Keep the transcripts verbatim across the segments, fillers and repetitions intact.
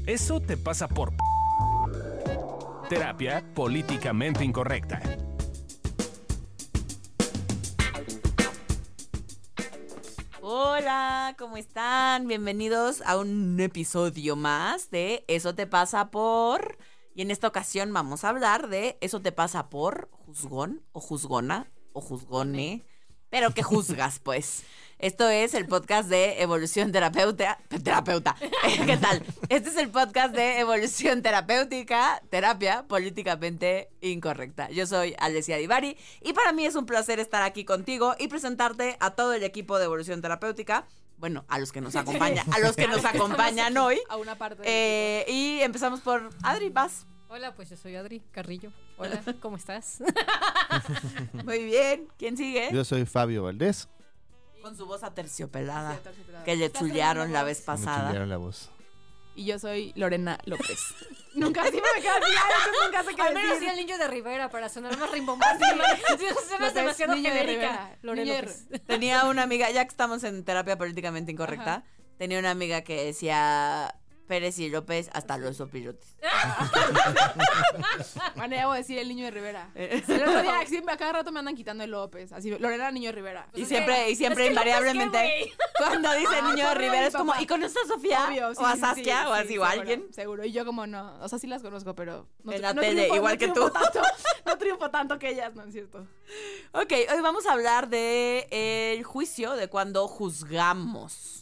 Eso te pasa por terapia políticamente incorrecta. Hola, ¿cómo están? Bienvenidos a un episodio más de Eso te pasa por... Y en esta ocasión vamos a hablar de Eso te pasa por juzgón o juzgona o juzgone, pero que juzgas, pues. Esto es el podcast de Evolución Terapeuta. Terapeuta. ¿Qué tal? Este es el podcast de Evolución Terapéutica, terapia políticamente incorrecta. Yo soy Alessia Divari y para mí es un placer estar aquí contigo y presentarte a todo el equipo de Evolución Terapéutica. Bueno, a los que nos acompañan, a los que nos acompañan hoy. A una parte del eh, Y empezamos por Adri, vas. Hola, pues yo soy Adri Carrillo. Hola, ¿cómo estás? Muy bien. ¿Quién sigue? Yo soy Fabio Valdés. Con su voz aterciopelada, Sí, aterciopelada. que le chulearon la vez Me pasada. chulearon la voz. Y yo soy Lorena López. Nunca siempre me quedo claro, nunca sé qué Al menos decir. sí el niño de Rivera para sonar más rimbombante. Suena López, demasiado niño de genérica. Rivera. Lore Niño de López. Tenía una amiga, ya que estamos en terapia políticamente incorrecta, Ajá. tenía una amiga que decía Pérez y López hasta los sopilotes. Bueno, ya voy a decir el niño de Rivera. Eh. El otro día, siempre, a cada rato me andan quitando el López. Así, Lorena, niño de Rivera. Y siempre, y siempre Es que López, invariablemente, ¿qué, güey? cuando dice Ah, niño de pobre Rivera, mi es como, papá. ¿y conoces a Sofía? Obvio, sí, o a sí, Saskia, sí, o sí, así, o seguro, alguien. Seguro, y yo como no, o sea, sí las conozco, pero no, En tri- la no tele, triunfo, igual no que triunfo tú. Tanto, no triunfo tanto que ellas, no es cierto. Ok, hoy vamos a hablar de el juicio de cuando juzgamos.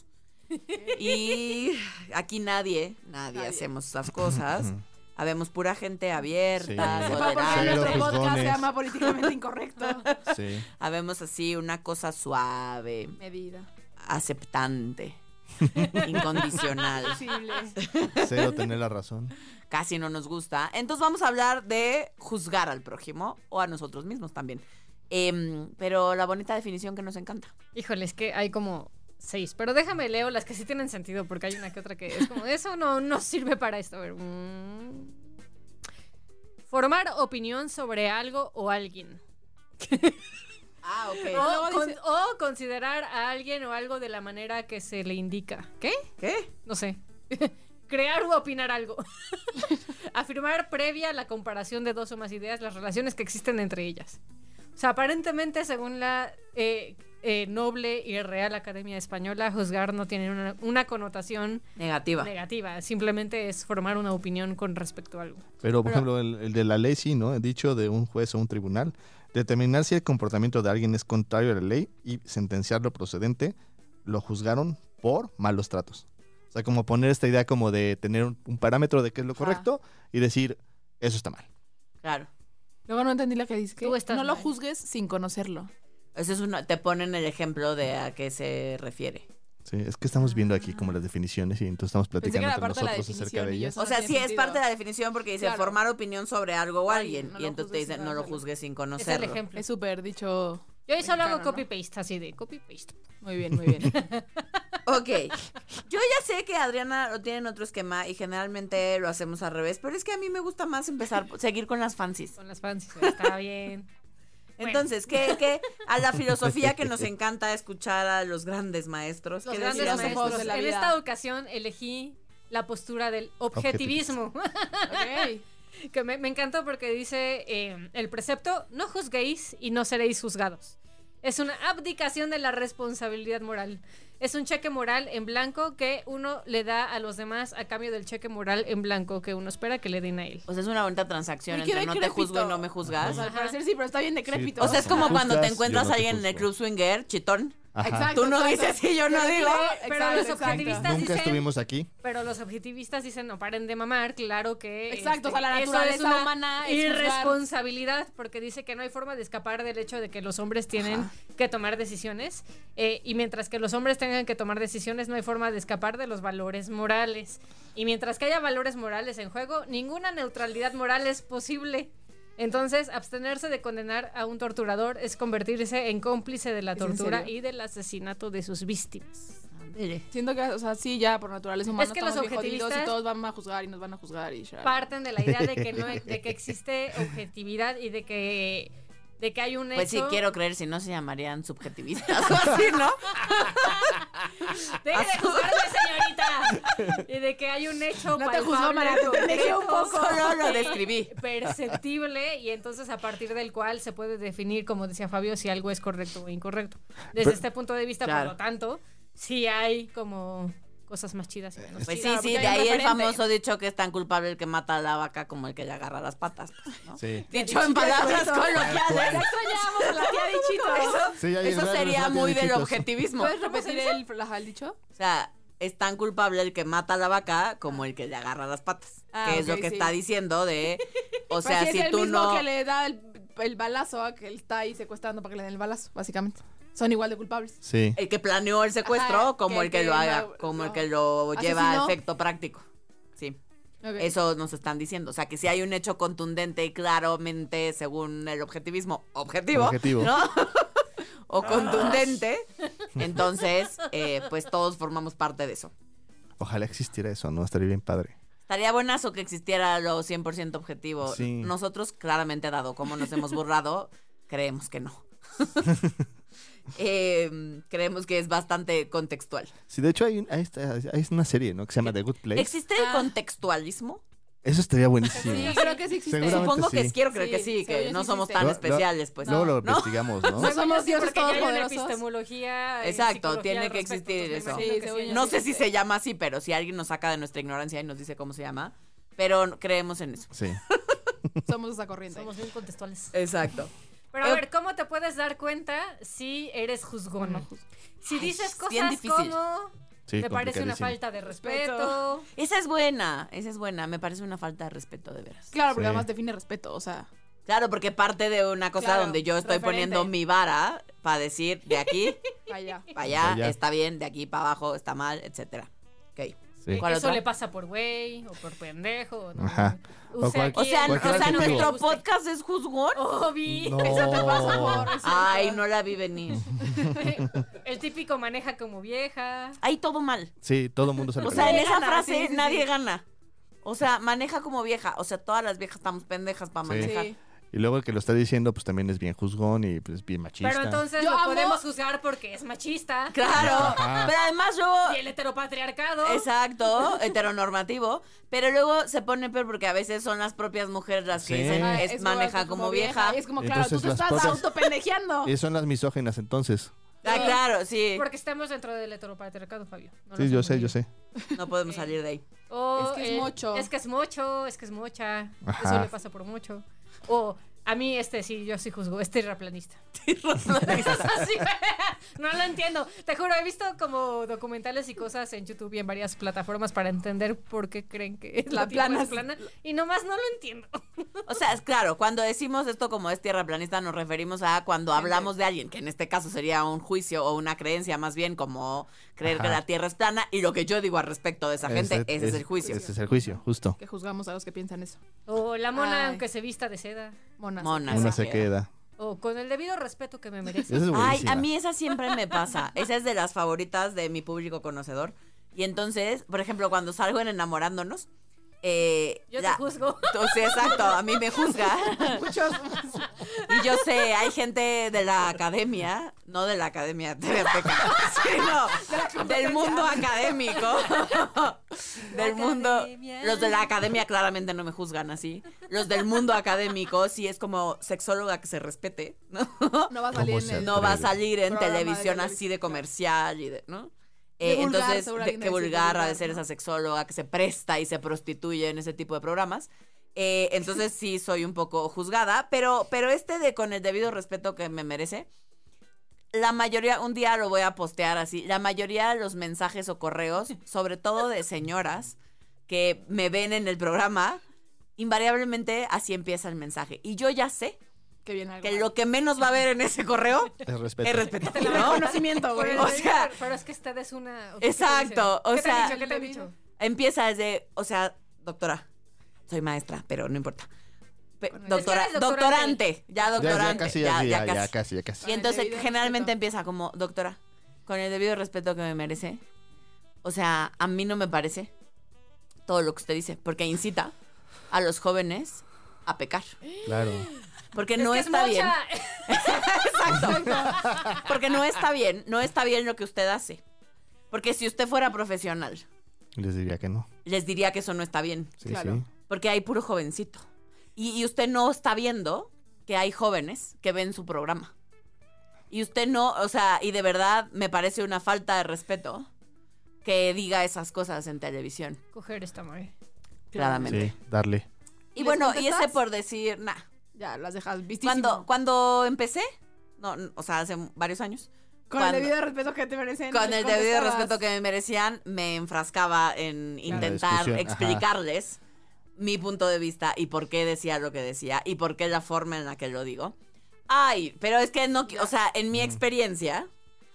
Y aquí nadie, nadie, Nadie. hacemos esas cosas. Habemos pura gente abierta, Sí. Sepa por qué tolerante. Cero nuestro podcast juzgones. se llama políticamente incorrecto. Sí. Habemos así una cosa suave, Medida. aceptante, incondicional. Posible. Cero tener la razón. Casi no nos gusta. Entonces vamos a hablar de juzgar al prójimo o a nosotros mismos también. Em, pero la bonita definición que nos encanta. Híjole, es que hay como seis. Pero déjame leo las que sí tienen sentido, porque hay una que otra que es como, eso no, no sirve para esto. A ver. mm. Formar opinión sobre algo o alguien. Ah, ok. O, luego con- dice- o considerar a alguien o algo de la manera que se le indica. ¿Qué? ¿Qué? No sé. Crear u opinar algo. Afirmar previa a la comparación de dos o más ideas las relaciones que existen entre ellas. O sea, aparentemente, según la eh, eh, noble y real Academia Española, juzgar no tiene una, una connotación Negativa. negativa. Simplemente es formar una opinión con respecto a algo. Pero, por Pero- ejemplo, el, el de la ley sí, ¿no? El dicho de un juez o un tribunal. Determinar si el comportamiento de alguien es contrario a la ley y sentenciarlo procedente, lo juzgaron por malos tratos. O sea, como poner esta idea como de tener un, un parámetro de qué es lo correcto y decir, eso está mal. Claro. Luego no entendí lo que dice. Tú estás No lo mal. juzgues sin conocerlo. Eso es una, te ponen el ejemplo de a qué se refiere. Sí, es que estamos viendo aquí como las definiciones y entonces estamos Pensé que platicando era entre parte de la nosotros acerca definición de y yo ellas. Eso O no sea, tiene sí es sentido. parte de la definición porque dice Claro. formar opinión sobre algo o alguien. no y lo entonces te juzgues dicen sin no lo conocerlo. juzgues sin Es el conocerlo. ejemplo. Es súper dicho. Yo ahí solo hago mexicano, ¿no? copy-paste, así de copy-paste. Muy bien, muy bien. Ok. Yo ya sé que Adriana lo tiene en otro esquema y generalmente lo hacemos al revés, pero es que a mí me gusta más empezar, seguir con las fancies. Con las fancies. Está bien. Entonces, ¿qué, qué? A la filosofía que nos encanta escuchar a los grandes maestros. Los ¿qué grandes decían maestros estos? de la En vida. esta ocasión elegí la postura del objetivismo. Ok. Que me, me encantó porque dice eh, el precepto: no juzguéis y no seréis juzgados. Es una abdicación de la responsabilidad moral. Es un cheque moral en blanco que uno le da a los demás a cambio del cheque moral en blanco que uno espera que le den a él. O sea, es una bonita transacción Uy, qué entre no te decrépito. juzgo y no me O juzgas. sea, al parecer sí, pero está bien decrépito. O sea, es como Me cuando te juzgas, encuentras yo no a te alguien en el juzgo. club swinger, chitón. Ajá. Exacto. Tú no exacto. dices y yo no digo. Pero Exacto, los exacto. objetivistas Nunca dicen, estuvimos aquí. pero los objetivistas dicen no paren de mamar, claro que Exacto, o sea, la eso naturaleza es una humana es juzgar. irresponsabilidad, porque dice que no hay forma de escapar del hecho de que los hombres tienen Ajá. que tomar decisiones, eh, y mientras que los hombres tengan que tomar decisiones no hay forma de escapar de los valores morales, y mientras que haya valores morales en juego, ninguna neutralidad moral es posible. Entonces, abstenerse de condenar a un torturador es convertirse en cómplice de la ¿Es en tortura serio? y del asesinato de sus víctimas. Siento que, o sea, sí, ya por naturaleza humana Es que estamos los bien jodidos objetivistas y todos van a juzgar y nos van a juzgar y shalala. Parten de la idea de que no de que existe objetividad y de que de que hay un hecho... Pues sí, quiero creer, si no se llamarían subjetivistas o así, ¿no? ¡Deje de juzgarme, señorita! Y de que hay un hecho No te juzgó, palpable, Mara, te pendejé un concreto, poco. Solo lo eh, describí. perceptible, y entonces a partir del cual se puede definir, como decía Fabio, si algo es correcto o incorrecto. Desde Pero- este punto de vista, Claro. por lo tanto, sí hay como cosas más chidas y menos Pues sí, chidas. sí, porque de hay un ahí el referente. famoso dicho que es tan culpable el que mata a la vaca como el que le agarra las patas, pues, ¿no? Sí. Dicho en palabras Ya coloquiales. extrañamos a la tía Dichito. Eso, Sí, hay eso raros sería los muy del dichitos. objetivismo. ¿Puedes repetir el, la- el dicho? O sea, es tan culpable el que mata a la vaca como el que le agarra las patas. Ah, que es ok, lo que sí. está diciendo de... O sea, Pues sí, si es el tú mismo no... que le da el, el balazo a que él está ahí secuestrando para que le den el balazo, básicamente. Son igual de culpables. Sí. El que planeó el secuestro Ajá, como que el que el lo que haga, lo- como el lo que lo lleva a asesinó. efecto práctico. Sí, Ok. eso nos están diciendo. O sea, que si hay un hecho contundente y claramente, según el objetivismo, objetivo, Objetivo. ¿no? o contundente, entonces, eh, pues todos formamos parte de eso. Ojalá existiera eso, ¿no? Estaría bien padre. Estaría buenazo que existiera lo cien por ciento objetivo. Sí. Nosotros, claramente, dado cómo nos hemos burlado, creemos que no. Eh, creemos que es bastante contextual. Sí, de hecho hay, hay, esta- hay una serie, ¿no? Que se llama The Good Place. ¿Existe el Ah. contextualismo? Eso estaría buenísimo. Sí, creo que sí existe. Seguramente Supongo que sí. quiero creer que Sí, sí, que según yo no sí somos existe. tan Lo- lo- especiales, pues. Luego lo ¿no? investigamos, ¿no? No somos dioses Porque ya hay una todopoderosos. epistemología. en Exacto, psicología tiene al que respecto, existir entonces me eso. imagino Sí, que según sí. yo No sí sé si existe. se llama así, pero si alguien nos saca de nuestra ignorancia y nos dice cómo se llama, pero creemos en eso. Sí. Somos esa corriente. Somos bien contextuales. Exacto. Pero a Eh, ver, ¿cómo te puedes dar cuenta si eres juzgón? Si Ay, dices es bien cosas difícil. como Sí, te parece una complicadísimo. falta de Respeto. respeto. Esa es buena, esa es buena. Me parece una falta de respeto, de veras. Claro, porque Sí. además define respeto, o sea. Claro, porque parte de una cosa Claro, donde yo estoy referente. poniendo mi vara para decir de aquí Allá. para allá, Pa' allá. está bien, de aquí para abajo está mal, etcétera. Ok. Sí. ¿Cuál Eso otra? le pasa por güey o por pendejo. ¿no? Ajá. Use O cual- aquí O sea, el- o Cualquier sea, adjetivo. nuestro guste. podcast es juzgón. Obi. No. Eso te pasa por. Ay, no la vi venir. El típico maneja como vieja. Hay todo mal. Sí, todo el mundo se O lo sea, en Nadie esa gana, frase sí, sí, nadie sí. gana. O sea, maneja como vieja. O sea, todas las viejas estamos pendejas para Sí. manejar. Sí. Y luego el que lo está diciendo, pues también es bien juzgón y pues bien machista. Pero entonces Yo lo amo- podemos juzgar porque es machista. Claro. Ajá. Pero además luego... Y el heteropatriarcado. Exacto, heteronormativo. Pero luego se pone peor porque a veces son las propias mujeres las que Sí. dicen Ah, es, maneja igual, como vieja. Y es como, claro, Entonces, tú te las estás propias- autopendejeando. Y son las misóginas entonces. Ah, claro, sí. Porque estamos dentro del heteropatriarcado, Fabio. No Sí, lo yo hacemos sé, bien. yo sé. No podemos salir de ahí. O, Es que es eh, mocho. Es que es mocho, es que es mocha. Ajá. Eso le pasa por mucho. O a mí este sí, yo sí juzgo, es terraplanista. Sí, no lo entiendo. Te juro, he visto como documentales y cosas en YouTube y en varias plataformas para entender por qué creen que La la tierra plana es plana. Y nomás no lo entiendo. O sea, es claro, cuando decimos esto como es tierra planista nos referimos a cuando hablamos de alguien, que en este caso sería un juicio o una creencia más bien como creer que Ajá. la tierra es plana y lo que yo digo al respecto de esa gente, ese es el juicio. Ese es el juicio, justo. Que juzgamos a los que piensan eso. O la mona, Ay. aunque se vista de seda. Monas. Monas. Una se se queda. O con el debido respeto que me merece. Esa es Ay, buenísima. a mí esa siempre me pasa. Esa es de las favoritas de mi público conocedor. Y entonces, por ejemplo, cuando salgo en Enamorándonos, eh, Yo te la- juzgo. Entonces, exacto, a mí me juzga. Muchos. Y yo sé, hay gente de la academia, no de la academia T V Azteca, sino del mundo académico. Del mundo. academia. Los de la academia claramente no me juzgan así. Los del mundo académico, sí es como sexóloga que se respete, ¿no? No va a salir ¿Cómo en se el. No va a salir en Programa de televisión televisión. así de comercial y de, ¿no? De Eh, vulgar, entonces, seguro de, alguien que va a decir de vulgar ha de vulgar, ser ¿no? esa sexóloga que se presta y se prostituye en ese tipo de programas. Eh, entonces sí soy un poco juzgada, pero, pero este de con el debido respeto que me merece, la mayoría, un día lo voy a postear así, la mayoría de los mensajes o correos, sobre todo de señoras que me ven en el programa, invariablemente así empieza el mensaje. Y yo ya sé Que viene algo. que lo que menos va a haber en ese correo Es respeto. es respeto. No, ¿no? conocimiento, güey. Pero, O sea- pero es que usted es una. ¿qué te Exacto, dice? o ¿Qué te sea- ha dicho? ¿Qué te ha dicho? Empieza desde, o sea, doctora, soy maestra, pero no importa. Pe- Bueno, doctora, es que eres doctorante. doctorante, ya Ya, ya doctorante, casi, ya, ya, ya casi, ya Y casi. el entonces debido generalmente respeto. empieza como, doctora, con el debido respeto que me merece. O sea, a mí no me parece todo lo que usted dice, porque incita a los jóvenes a pecar. Claro. Porque Es no que es está bien. mocha. Exacto. Porque no está bien, no está bien lo que usted hace. Porque si usted fuera profesional, Les diría que no. les diría que eso no está bien. Sí, Claro. sí. Porque hay puro jovencito. Y, y usted no está viendo que hay jóvenes que ven su programa. Y usted no, o sea, y de verdad me parece una falta de respeto que diga esas cosas en televisión, Coger esta madre. claramente. Sí, darle. Y ¿Les bueno, y contestas? ese por decir, nah. Ya, las dejas vistísimo. Cuando, cuando empecé, no, n- o sea, hace varios años, Con cuando- el debido respeto que te merecen. con les el debido contestabas. respeto que me merecían, me enfrascaba en intentar discusión, ajá. explicarles mi punto de vista y por qué decía lo que decía y por qué la forma en la que lo digo. Ay, pero es que no, qui- o sea, en mi experiencia,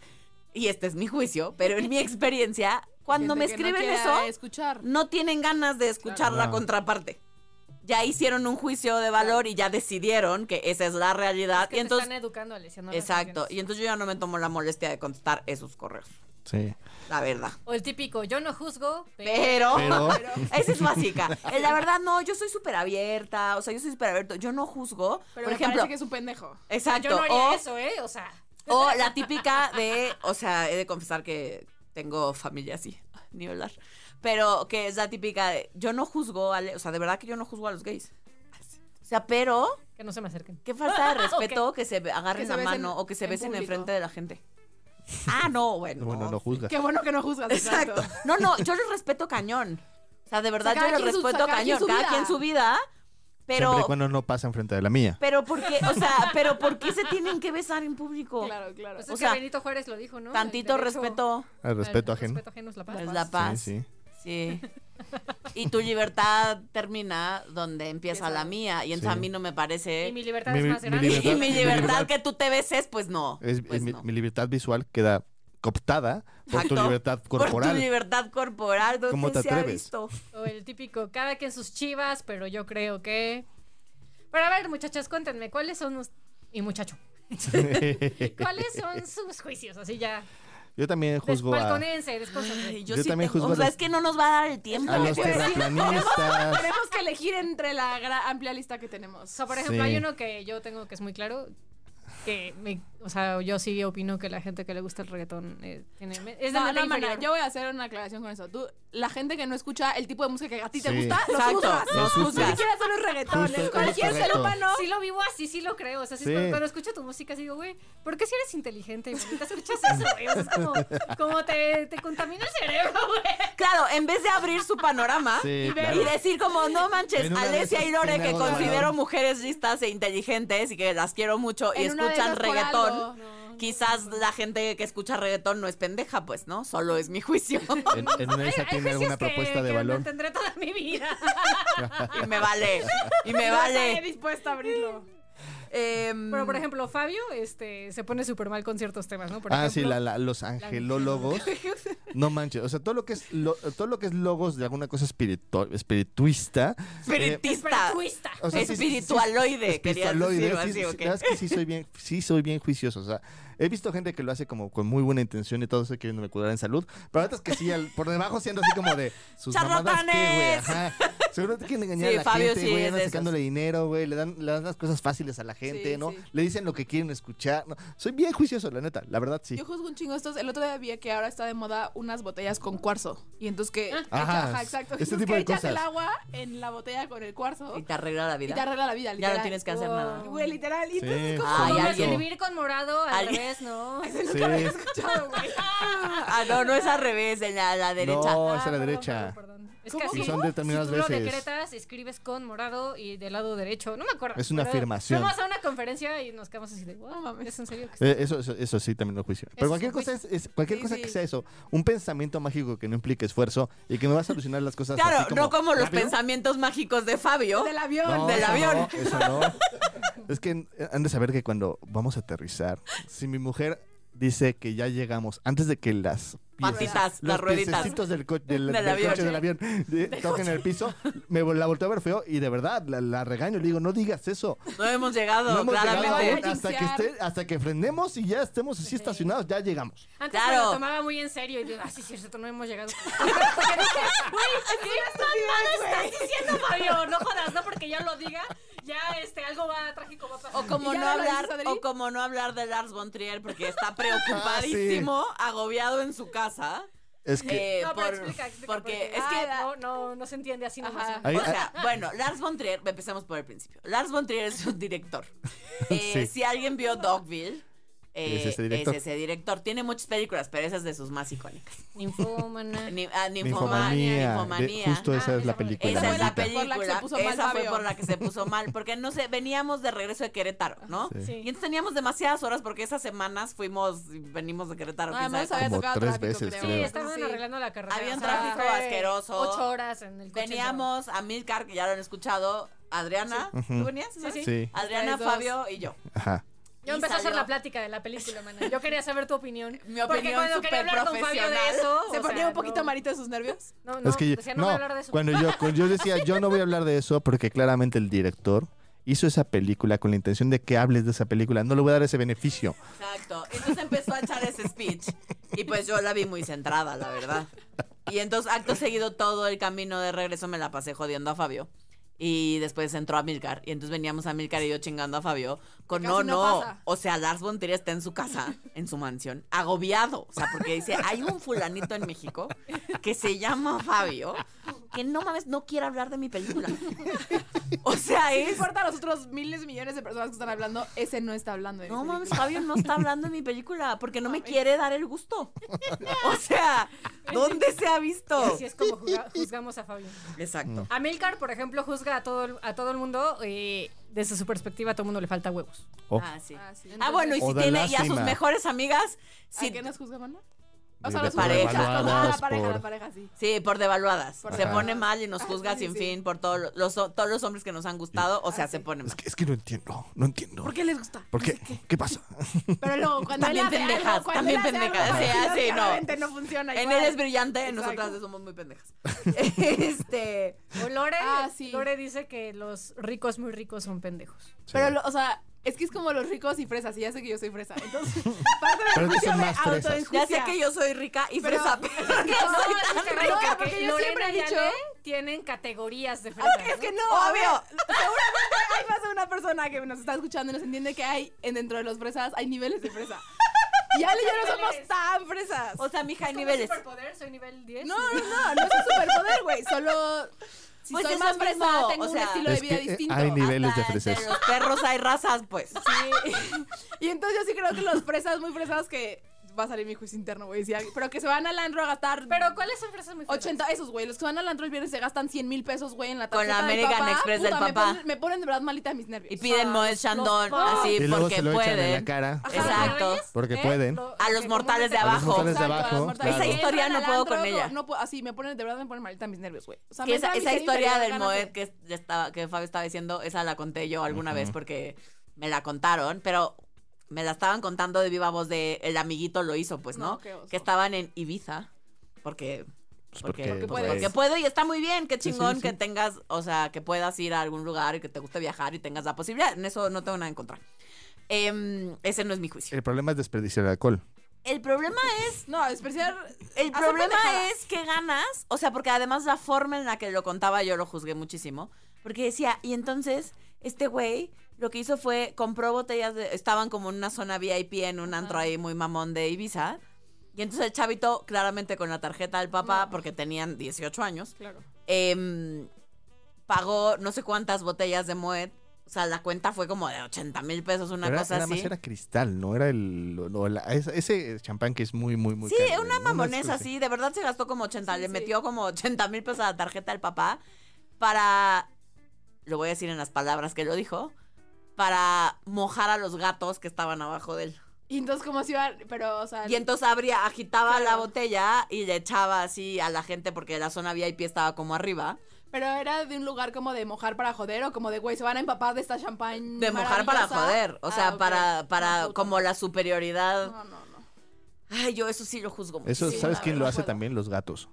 y este es mi juicio, pero en mi experiencia, cuando Gente me que no escriben quiere eso, escuchar. no tienen ganas de escuchar la No. contraparte. Ya hicieron un juicio de valor y ya decidieron que esa es la realidad. Es que y te entonces, están educando, Alicia. No las exacto. entiendes. Y entonces yo ya no me tomo la molestia de contestar esos correos. Sí. La verdad. O el típico, yo no juzgo, pero... Pero, Pero- esa es básica. Eh, La verdad, no, yo soy súper abierta. O sea, yo soy súper abierto. Yo no juzgo. Pero por me ejemplo, parece que es un pendejo. exacto. Yo no haría o, eso, ¿eh? O sea... o la típica de, o sea, he de confesar que tengo familia así, ni hablar. Pero que es la típica de, yo no juzgo, a le- o sea, de verdad que yo no juzgo a los gays. O sea, pero Que no se me acerquen. qué falta de respeto que se agarren Que se la besen mano o que se en besen público. enfrente de la gente. Ah, no, bueno. Bueno, no juzgas. Qué bueno que no juzgas. Exacto. No, no, yo los respeto cañón. O sea, de verdad, O sea, cada yo los quien su- respeto cada cañón. quien su Cada vida. quien su vida. Pero, Siempre y cuando no pasa enfrente de la mía. pero ¿por qué? O sea, pero ¿por qué se tienen que besar en público? Claro, claro. Pues O es sea, que Benito Juárez lo dijo, ¿no? Tantito El derecho respeto El respeto al- ajeno. respeto ajeno es la paz. es la paz. Sí, sí. Sí. Y tu libertad termina donde empieza Empieza. la mía. Y entonces Sí. a mí no me parece. Y mi libertad Mi- es más mi grande. libertad- Y mi mi libertad libertad- que tú te beses, pues no. Es, pues es mi, no. mi libertad visual queda cooptada por tu Exacto. libertad Por tu corporal. libertad corporal. ¿Dónde ¿Cómo te se ha atreves? visto? O el típico, cada quien sus chivas, pero yo creo que... Pero a ver, muchachas, cuéntenme, ¿cuáles son... us- Y muchacho. ¿Cuáles son sus juicios? Así ya. Yo también juzgo a, Desbalconense, descónsense. Ay, yo, Yo sí también tengo- juzgo O sea, a los- es que no nos va a dar el tiempo. a los Pues sí. terraplanistas. Tenemos que elegir entre la gra- amplia lista que tenemos. O sea, por ejemplo, Sí. hay uno que yo tengo que es muy claro, que me, o sea, yo sí opino que la gente que le gusta el reggaetón eh, tiene, es de No, mente no, María, inferior. yo voy a hacer una aclaración con eso. Tú, la gente que no escucha el tipo de música que a ti te Sí. gusta, los Exacto, juzgas. los Ni juzgas. siquiera son los reggaetones. Justo, es Cualquier ser correcto. humano. Sí lo vivo así, sí lo creo. O sea, sí es Sí. cuando, cuando escucho tu música, sí digo, güey, ¿por qué si eres inteligente y bonita escuchas eso, güey? O sea, es como, como te, te contamina el cerebro, güey. Claro, en vez de abrir su panorama Sí, y, ver- claro. y decir como, no manches, En una de Alesia esas y Lore, tiene que algo de considero valor. mujeres listas e inteligentes y que las quiero mucho y En una de escuchan esas por reggaetón, algo. No, quizás la gente que escucha reggaetón no es pendeja, pues, ¿no? Solo es mi juicio. En, en una de Hay, esas hay tiene juicios alguna que, propuesta de que valor. mantendré toda mi vida. Y me vale, y me No estaré vale. dispuesta a abrirlo. Em, Pero, por ejemplo, Fabio este, se pone súper mal con ciertos temas, ¿no? Por Ah, sí, ejemplo, la- la- los angelólogos. No manches, o sea, todo lo que es lo- todo lo que es logos de alguna cosa espiritu- espirituista. eh, espiritista. Espirituista. o sea, sí, sí, sí, Espiritualoide, querías espiritualoide, decirlo sí, así, sí, ¿o sí, qué? la verdad es que sí soy bien, sí soy bien juicioso, o sea, he visto gente que lo hace como con muy buena intención y todo eso queriéndome cuidar en salud, pero ahorita es que sí, al- por debajo siendo así como de sus mamadas qué, güey, ¡Charlatanes! ajá. Seguro que quieren engañar Sí, a la Fabio gente, sí güey, es andan de sacándole dinero, güey, le dan, le dan las cosas fáciles a la gente, Sí, ¿no? sí. Le dicen lo que quieren escuchar, no, soy bien juicioso, la neta, la verdad sí. Yo juzgo un chingo estos. El otro día vi que ahora está de moda unas botellas con cuarzo. Y entonces que. Ajá, Ajá, exacto. este Entonces tipo que de echas cosas. el agua en la botella con el cuarzo. Y te arregla la Y vida. te arregla la vida, Ya literal. no tienes que hacer Wow. nada. Güey, literal. Y entonces, Sí, ¿cómo? Ay, Como alguien- escribir con morado al Alguien- revés, ¿no? Sí. Escuchado, güey. Ah, no, no es al revés, de la, la derecha. No, es a Ah, la perdón, derecha. perdón, perdón. Es ¿Cómo? que así, Y son determinadas si tú lo veces. decretas, escribes con morado y del lado derecho. No me acuerdo. Es una pero afirmación. Fuimos a una conferencia y nos quedamos así de, wow, No mames. ¿es en serio? que Eh, Eso, eso, eso sí también lo juicio. Pero Eso cualquier es un cosa es, es- cualquier Sí, cosa sí. que sea eso, un pensamiento mágico que no implique esfuerzo y que me va a solucionar las cosas. Claro, así no como los rápido. pensamientos mágicos de Fabio. Del avión. No, del eso avión. no, eso no. Es que eh, han de saber que cuando vamos a aterrizar, si mi mujer dice que ya llegamos antes de que las Patitas, los las rueditas. piececitos del, co- del, Del del avión. coche del avión eh, toquen el piso, me vol- la volteo a ver feo y de verdad la, la regaño, le digo, no digas eso. No hemos llegado, No hemos llegado claramente. aún, Voy a hasta que jinxear. esté, hasta que frenemos y ya estemos así estacionados, ya llegamos. Antes Claro. me lo tomaba muy en serio y digo, ah, sí, sí, cierto, no hemos llegado. Porque dije, güey, ¿qué mamada estás diciendo, Fabio? No jodas, no porque yo lo diga, Ya, este, algo va trágico va a pasar. O como, ¿Y ya no lo dices, hablar, Adri? o como no hablar de Lars von Trier porque está preocupadísimo, agobiado en su casa. Es que eh, No, pero por- explica, explica. porque porque es que no, no, no se entiende así nomás. Ajá. Ahí- o sea, bueno, Lars von Trier, empecemos por el principio. Lars von Trier es un director. Eh, Sí. Si alguien vio Dogville, eh, Es ese director. es ese director. Tiene muchas películas, pero esa es de sus más icónicas. Ninfómana. Ni, ah, Ninfomanía. Ninfomanía, de- Ninfomanía. justo esa Ah, es la esa fue- película. Esa es la maldita. película. Por la que se puso mal Esa fue Fabio. por la que se puso mal. Porque no sé, veníamos de regreso de Querétaro, ¿no? Sí. Sí. Y entonces teníamos demasiadas horas porque esas semanas fuimos, venimos de Querétaro. quién Además, sabe había Como tocado tres tráfico, veces, creo. Sí, creo. estaban Sí. arreglando la carretera. Había un o sea, tráfico fue asqueroso. Ocho horas en el coche. Veníamos a Milcar, que ya lo han escuchado. Adriana, Ujú. ¿tú venías? Sí, sí. Sí. Adriana, Ustedes dos. Fabio y yo. Ajá. Yo Y empecé a hacer salió. la plática de la película, mana. Yo quería saber tu opinión. Mi Porque opinión cuando quería súper hablar con Fabio de profesional. eso. Se o ponía sea, un poquito no, malito de sus nervios. No, no, es que yo- decía, no, no, voy a hablar de eso. cuando yo, cuando yo decía, yo no voy a hablar de eso porque claramente el director hizo esa película con la intención de que hables de esa película. No le voy a dar ese beneficio. Exacto. Entonces empezó a echar ese speech. Y pues yo la vi muy centrada, la verdad. Y entonces, acto seguido, todo el camino de regreso me la pasé jodiendo a Fabio. Y después entró a Milcar. Y entonces veníamos a Milcar y yo chingando a Fabio. Con Casi no, no no. pasa. O sea, Lars von Trier está en su casa, en su mansión, agobiado. O sea, porque dice, hay un fulanito en México que se llama Fabio, que no mames, no quiere hablar de mi película. O sea, No es... importa a los otros miles, millones de personas que están hablando, ese no está hablando de mi No mames, película. Fabio no está hablando de mi película porque no me quiere dar el gusto. O sea, ¿dónde se ha visto? Así es como juga- juzgamos a Fabio. Exacto. Amilcar, por ejemplo, juzga a todo, el- a todo el mundo. eh, desde su perspectiva, a todo el mundo le falta huevos. Oh. Ah, sí. Ah, sí. Ah, bueno, y O si da tiene y a sus lástima. mejores amigas, ¿A sí, qué nos juzgaban, no? De- los por pareja. Ah, devaluadas, la pareja, por- la pareja, sí. sí, por devaluadas. Por se devaluadas. pone mal y nos Ah, juzga sí, sin sí. fin por todos los, todos los hombres que nos han gustado, o sea, Ah, se sí. pone mal. Es que, es que no entiendo, no entiendo. ¿Por qué les gusta? ¿Por qué? ¿Qué pasa? Pero luego, cuando También él hace pendejas, algo, cuando también él hace pendejas, algo, sí, pues, así, no. claramente no funciona En igual. él es brillante, en Exacto. nosotras somos muy pendejas. este, O Lore, Ah, sí. Lore dice que los ricos muy ricos son pendejos. Sí. Pero, lo- o sea, es que es como los ricos y fresas, y ya sé que yo soy fresa. Entonces, parte de Pero mi que son juicio más de fresas. autoenjuicia. ya sé que yo soy rica y Pero- fresa, pero no soy No, tan es que rica. no, porque que yo Lorena siempre he y dicho- Ale tienen categorías de fresa. Ah, es que no, a ver, Obvio. seguramente hay más de una persona que nos está escuchando y nos entiende que hay en dentro de los fresas hay niveles de fresa. Y Ale y yo no somos Niveles. tan fresas. O sea, mija, hay ¿Es como niveles. superpoder? Soy nivel diez. No, no, no, no es un superpoder, güey. Solo si Pues soy es más lo fresa, mismo, tengo o un sea, estilo de Es vida que, eh, distinto. hay niveles de Hasta entre fresas. los perros hay razas, pues. Sí. Y entonces yo sí creo que los fresas muy fresas que va a salir mi juicio interno, güey. sí, pero que se van al antro a gastar Pero ¿cuáles son fresas muy fresas? ochenta esos, güey. Los que van al antro el viernes se gastan cien mil pesos, güey, en la Con tarjeta la del American papá. Express del Puta, me papá. ponen- Me ponen de verdad malita mis nervios. Y piden Ah, Moet los- Chandon, los- así, Y luego porque se lo echan en la pueden. cara. Ajá. Exacto. ¿Reyes? Porque ¿Eh? pueden. Lo- A los que mortales de comúnmente- A los abajo. mortales de Exacto, abajo, las mortales. claro. Esa historia Entran no al puedo antro, con ella. No puedo, así, me ponen, de verdad me ponen malita mis nervios, güey. O sea, Que me esa, entra esa mi ser historia inferior, del ganas de- Moet que, ya estaba, que Fabio estaba diciendo, esa la conté yo alguna vez porque me la contaron, pero me la estaban contando de viva voz de el amiguito lo hizo, pues, ¿no? No, qué oso. Que estaban en Ibiza, porque... Pues Porque, porque porque, puedes. puedo y está muy bien, qué Sí, sí, chingón sí. que tengas, o sea, que puedas ir a algún lugar y que te guste viajar y tengas la posibilidad. En eso no tengo nada en contra. Em, ese no es mi juicio. El problema es desperdiciar el alcohol. El problema es No, despreciar. El hacer problema pendejadas. es que ganas, o sea, porque además la forma en la que lo contaba yo lo juzgué muchísimo, porque decía, y entonces este güey lo que hizo fue compró botellas de, estaban como en una zona V I P en un antro ahí muy mamón de Ibiza, y entonces el chavito claramente con la tarjeta del papá, No. porque tenían dieciocho años, Claro. em, pagó no sé cuántas botellas de Moet. O sea, la cuenta fue como de ochenta mil pesos, una Pero era, cosa nada así. más era cristal, no era el. No, la- ese, ese champán que es muy, muy, muy Sí, caro. una No, no es mamonesa así. así, de verdad se gastó como ochenta, Sí, le sí. metió como ochenta mil pesos a la tarjeta del papá para, lo voy a decir en las palabras que lo dijo, para mojar a los gatos que estaban abajo de él. Y entonces, como si iba. Pero, o sea. Y entonces abría, agitaba Claro. la botella y le echaba así a la gente porque la zona V I P estaba como arriba. Pero era de un lugar como de mojar para joder o como de, güey, se van a empapar de esta champán. De mojar para maravillosa. joder, o sea, Ah, ok. para, para No, puta como madre. la superioridad. No, no, no. Ay, yo eso sí lo juzgo mucho. Eso, Sí, ¿sabes la quién lo verdad, hace puedo. también? Los gatos.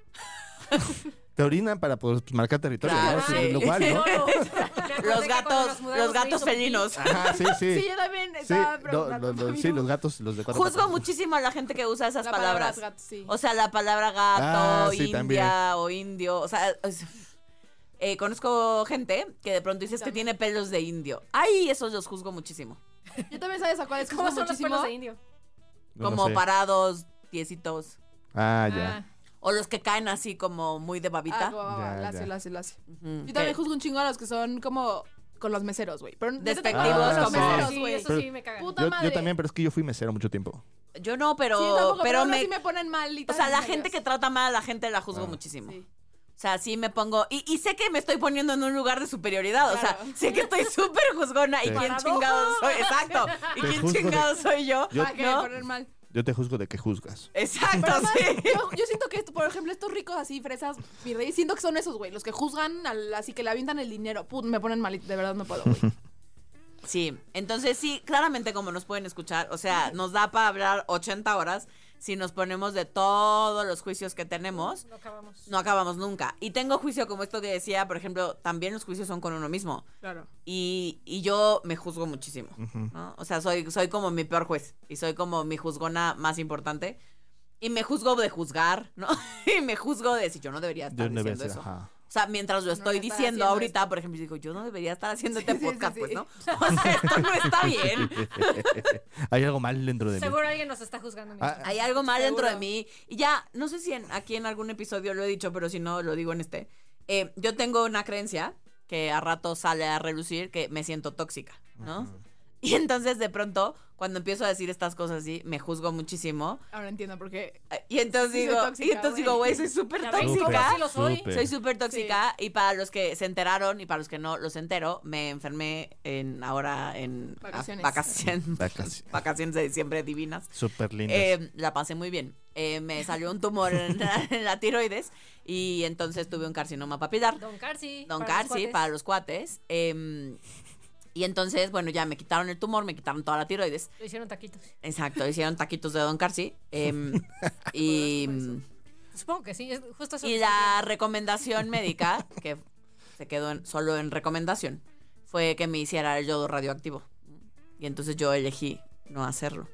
Te orinan para poder pues, marcar territorio, Claro, ¿no? sí. Es lo cual, ¿no? Me acordé Los que cuando gatos, nos mudamos los me gatos hizo pipí. felinos. Ajá, sí, sí. Sí, yo también Sí, estaba no, preguntando. lo- lo- a mí sí, no- los gatos, los de cuatro Juzgo patas. muchísimo a la gente que usa esas La palabra palabras. gato, sí. O sea, la palabra gato, Ah, sí, india también. o indio. O sea, es- eh, conozco gente que de pronto dices que También. tiene pelos de indio. Ay, esos los juzgo muchísimo. Yo también sabes a cuáles ¿Cómo juzgo son los muchísimo. pelos de indio? No, no Como sé. parados, tiesitos. Ah, ya. Ah, O los que caen así como muy de babita. Ah, como Ya, lacio, ya. lacio, lacio. Ujú, Yo también que- juzgo un chingo a los que son como con los meseros, güey. Pero Despectivos Ah, como sí. meseros, sí, güey. eso sí me caga. Puta Yo, madre. yo también, pero es que yo fui mesero mucho tiempo. Yo no, pero, Sí, yo tampoco, pero, pero aún me, así me ponen mal. y o sea, tal, la y gente que medias. trata mal a la gente la juzgo Ah. muchísimo. Sí. O sea, sí me pongo. Y, y sé que me estoy poniendo en un lugar de superioridad. O sea, Claro. sé que estoy súper juzgona. ¿Y Sí. quién Paradoja. chingado soy? Exacto. ¿Y Te quién juzgo de- chingado soy yo? Yo- Para que ¿No? me ponen mal. Yo te juzgo de que juzgas. Exacto, Pero además, sí. yo, yo siento que, esto, por ejemplo, estos ricos así, fresas, mi rey, siento que son esos, güey. Los que juzgan, al- así que le avientan el dinero. Put, me ponen mal. De verdad no puedo, güey. Sí, entonces sí, claramente como nos pueden escuchar, o sea, nos da para hablar ochenta horas si nos ponemos de todos los juicios que tenemos. no acabamos. No acabamos nunca. Y tengo juicio como esto que decía, por ejemplo, también los juicios son con uno mismo. Claro. Y, y yo me juzgo muchísimo, ¿no? O sea, soy, soy como mi peor juez y soy como mi juzgona más importante. Y me juzgo de juzgar, ¿no? Y me juzgo de decir, yo no debería estar Yo no diciendo debería eso. ser, ajá. O sea, mientras lo estoy debería estar diciendo haciendo ahorita, esto. por ejemplo, digo, yo no debería estar haciendo Sí, este sí, sí, podcast, sí. pues, ¿no? O sea, esto no está bien. Hay algo mal dentro de mí. Seguro alguien nos está juzgando. Ah, Hay algo mal dentro de Seguro. mí. Y ya, no sé si en- aquí en algún episodio lo he dicho, pero si no, lo digo en este. Eh, yo tengo una creencia que a rato sale a relucir que me siento tóxica, ¿no? Y entonces, de pronto, cuando empiezo a decir estas cosas así, me juzgo muchísimo. Ahora entiendo por qué. Y entonces Sí, soy digo, tóxica, y entonces güey. digo, güey, soy súper Ya ves, tóxica. ¿cómo sí lo soy? Súper. Soy súper tóxica y para los que se enteraron y para los que no los entero, me enfermé en ahora en Vacaciones. vacaciones, Vacaciones. vacaciones de diciembre divinas. Súper lindas. Eh, la pasé muy bien. Eh, me salió un tumor en la, en la tiroides y entonces tuve un carcinoma papilar. Don Carci. Don para los Carci cuates. para los cuates. Eh, y entonces, bueno, ya me quitaron el tumor, me quitaron toda la tiroides. Lo hicieron taquitos. Exacto, hicieron taquitos de Don Carci. eh, y, Supongo que sí. Es justo eso. y que la recomendación médica, que se quedó en- solo en recomendación, fue que me hiciera el yodo radioactivo. Y entonces yo elegí no hacerlo.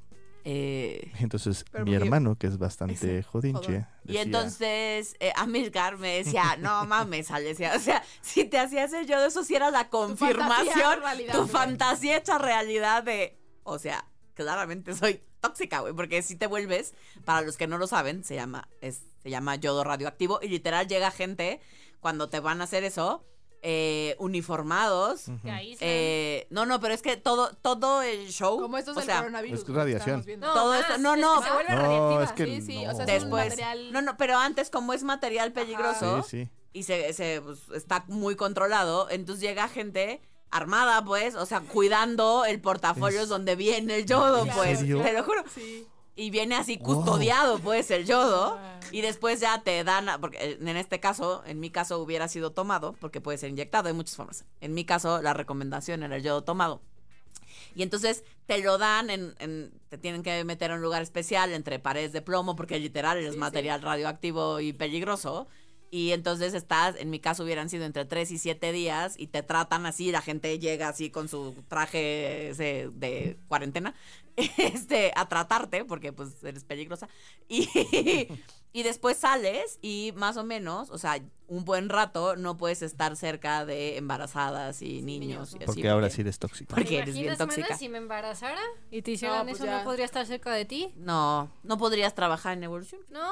Eh, Entonces, Pero mi porque- hermano, que es bastante jodinche, Jodón. y decía, entonces eh, Amilcar me decía, no mames, Alesia, o sea, si te hacías el yodo, eso sí era la confirmación, fantasía realidad, tu güey. fantasía hecha realidad de, o sea, claramente soy tóxica, güey, porque si te vuelves, para los que no lo saben, se llama, es, se llama yodo radioactivo y literal llega gente cuando te van a hacer eso, eh, uniformados. Que ahí se- eh, no, no, pero es que todo, todo el show, Como esto es o el sea, coronavirus. es güey, que radiación. estamos viendo. No, todo más, esto- no, es no. que se vuelve No, radiactiva. es que Sí, sí, o sea, no. es un después, material- no, no, pero antes como es material peligroso, Sí, sí. y se, se, pues, está muy controlado, entonces llega gente armada, pues, o sea, cuidando el portafolio Es- donde viene el yodo, ¿En pues, serio? te lo juro. Sí. Y viene así Wow. custodiado, pues, el yodo, Ah. y después ya te dan, porque en este caso, en mi caso hubiera sido tomado, porque puede ser inyectado, hay muchas formas. En mi caso, la recomendación era el yodo tomado. Y entonces te lo dan, en, en- te tienen que meter en un lugar especial entre paredes de plomo, porque literal es Sí, material radioactivo y peligroso. Y entonces estás, en mi caso hubieran sido entre tres y siete días y te tratan así, la gente llega así con su traje ese de cuarentena, este, a tratarte, porque pues eres peligrosa. Y, y después sales y más o menos, o sea, un buen rato no puedes estar cerca de embarazadas y niños. niños, Y ¿no? así, Porque ahora sí eres tóxico. Porque ¿Te eres bien imaginas, tóxica. mana, si me embarazara y te hicieran No, pues eso, ya. ¿no podría estar cerca de ti? No, no podrías trabajar en evolución. No.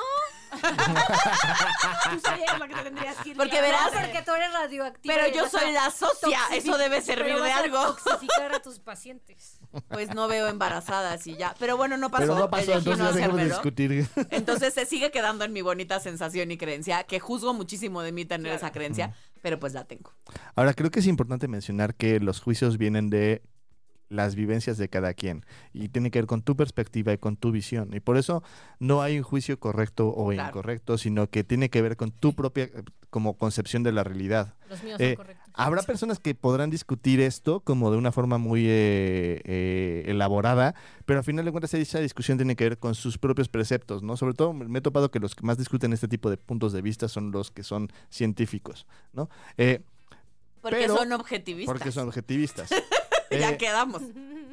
Tú serías la que te tendrías que ir. Porque ya. verás- No, porque tú eres radioactiva. Pero y yo vas a soy la socia, toxifi- eso debe servir pero de vas a algo. toxificar a tus pacientes. Pues no veo embarazadas y ya. Pero bueno, no pasó. Pero no pasó, Elegí entonces no ya dejemos de hacérmelo. discutir. Entonces se sigue quedando en mi bonita sensación y creencia, que juzgo muchísimo de mí tener Claro. esa creencia, pero pues la tengo. Ahora, creo que es importante mencionar que los juicios vienen de las vivencias de cada quien y tiene que ver con tu perspectiva y con tu visión. Y por eso no hay un juicio correcto o Claro. incorrecto, sino que tiene que ver con tu propia eh, como concepción de la realidad. Los míos Eh, son correctos. Habrá personas que podrán discutir esto como de una forma muy eh, eh, elaborada, pero al final de cuentas esa discusión tiene que ver con sus propios preceptos, ¿no? Sobre todo me he topado que los que más discuten este tipo de puntos de vista son los que son científicos, ¿no? Eh, Porque Pero- son objetivistas. porque son objetivistas. Ya Eh, quedamos.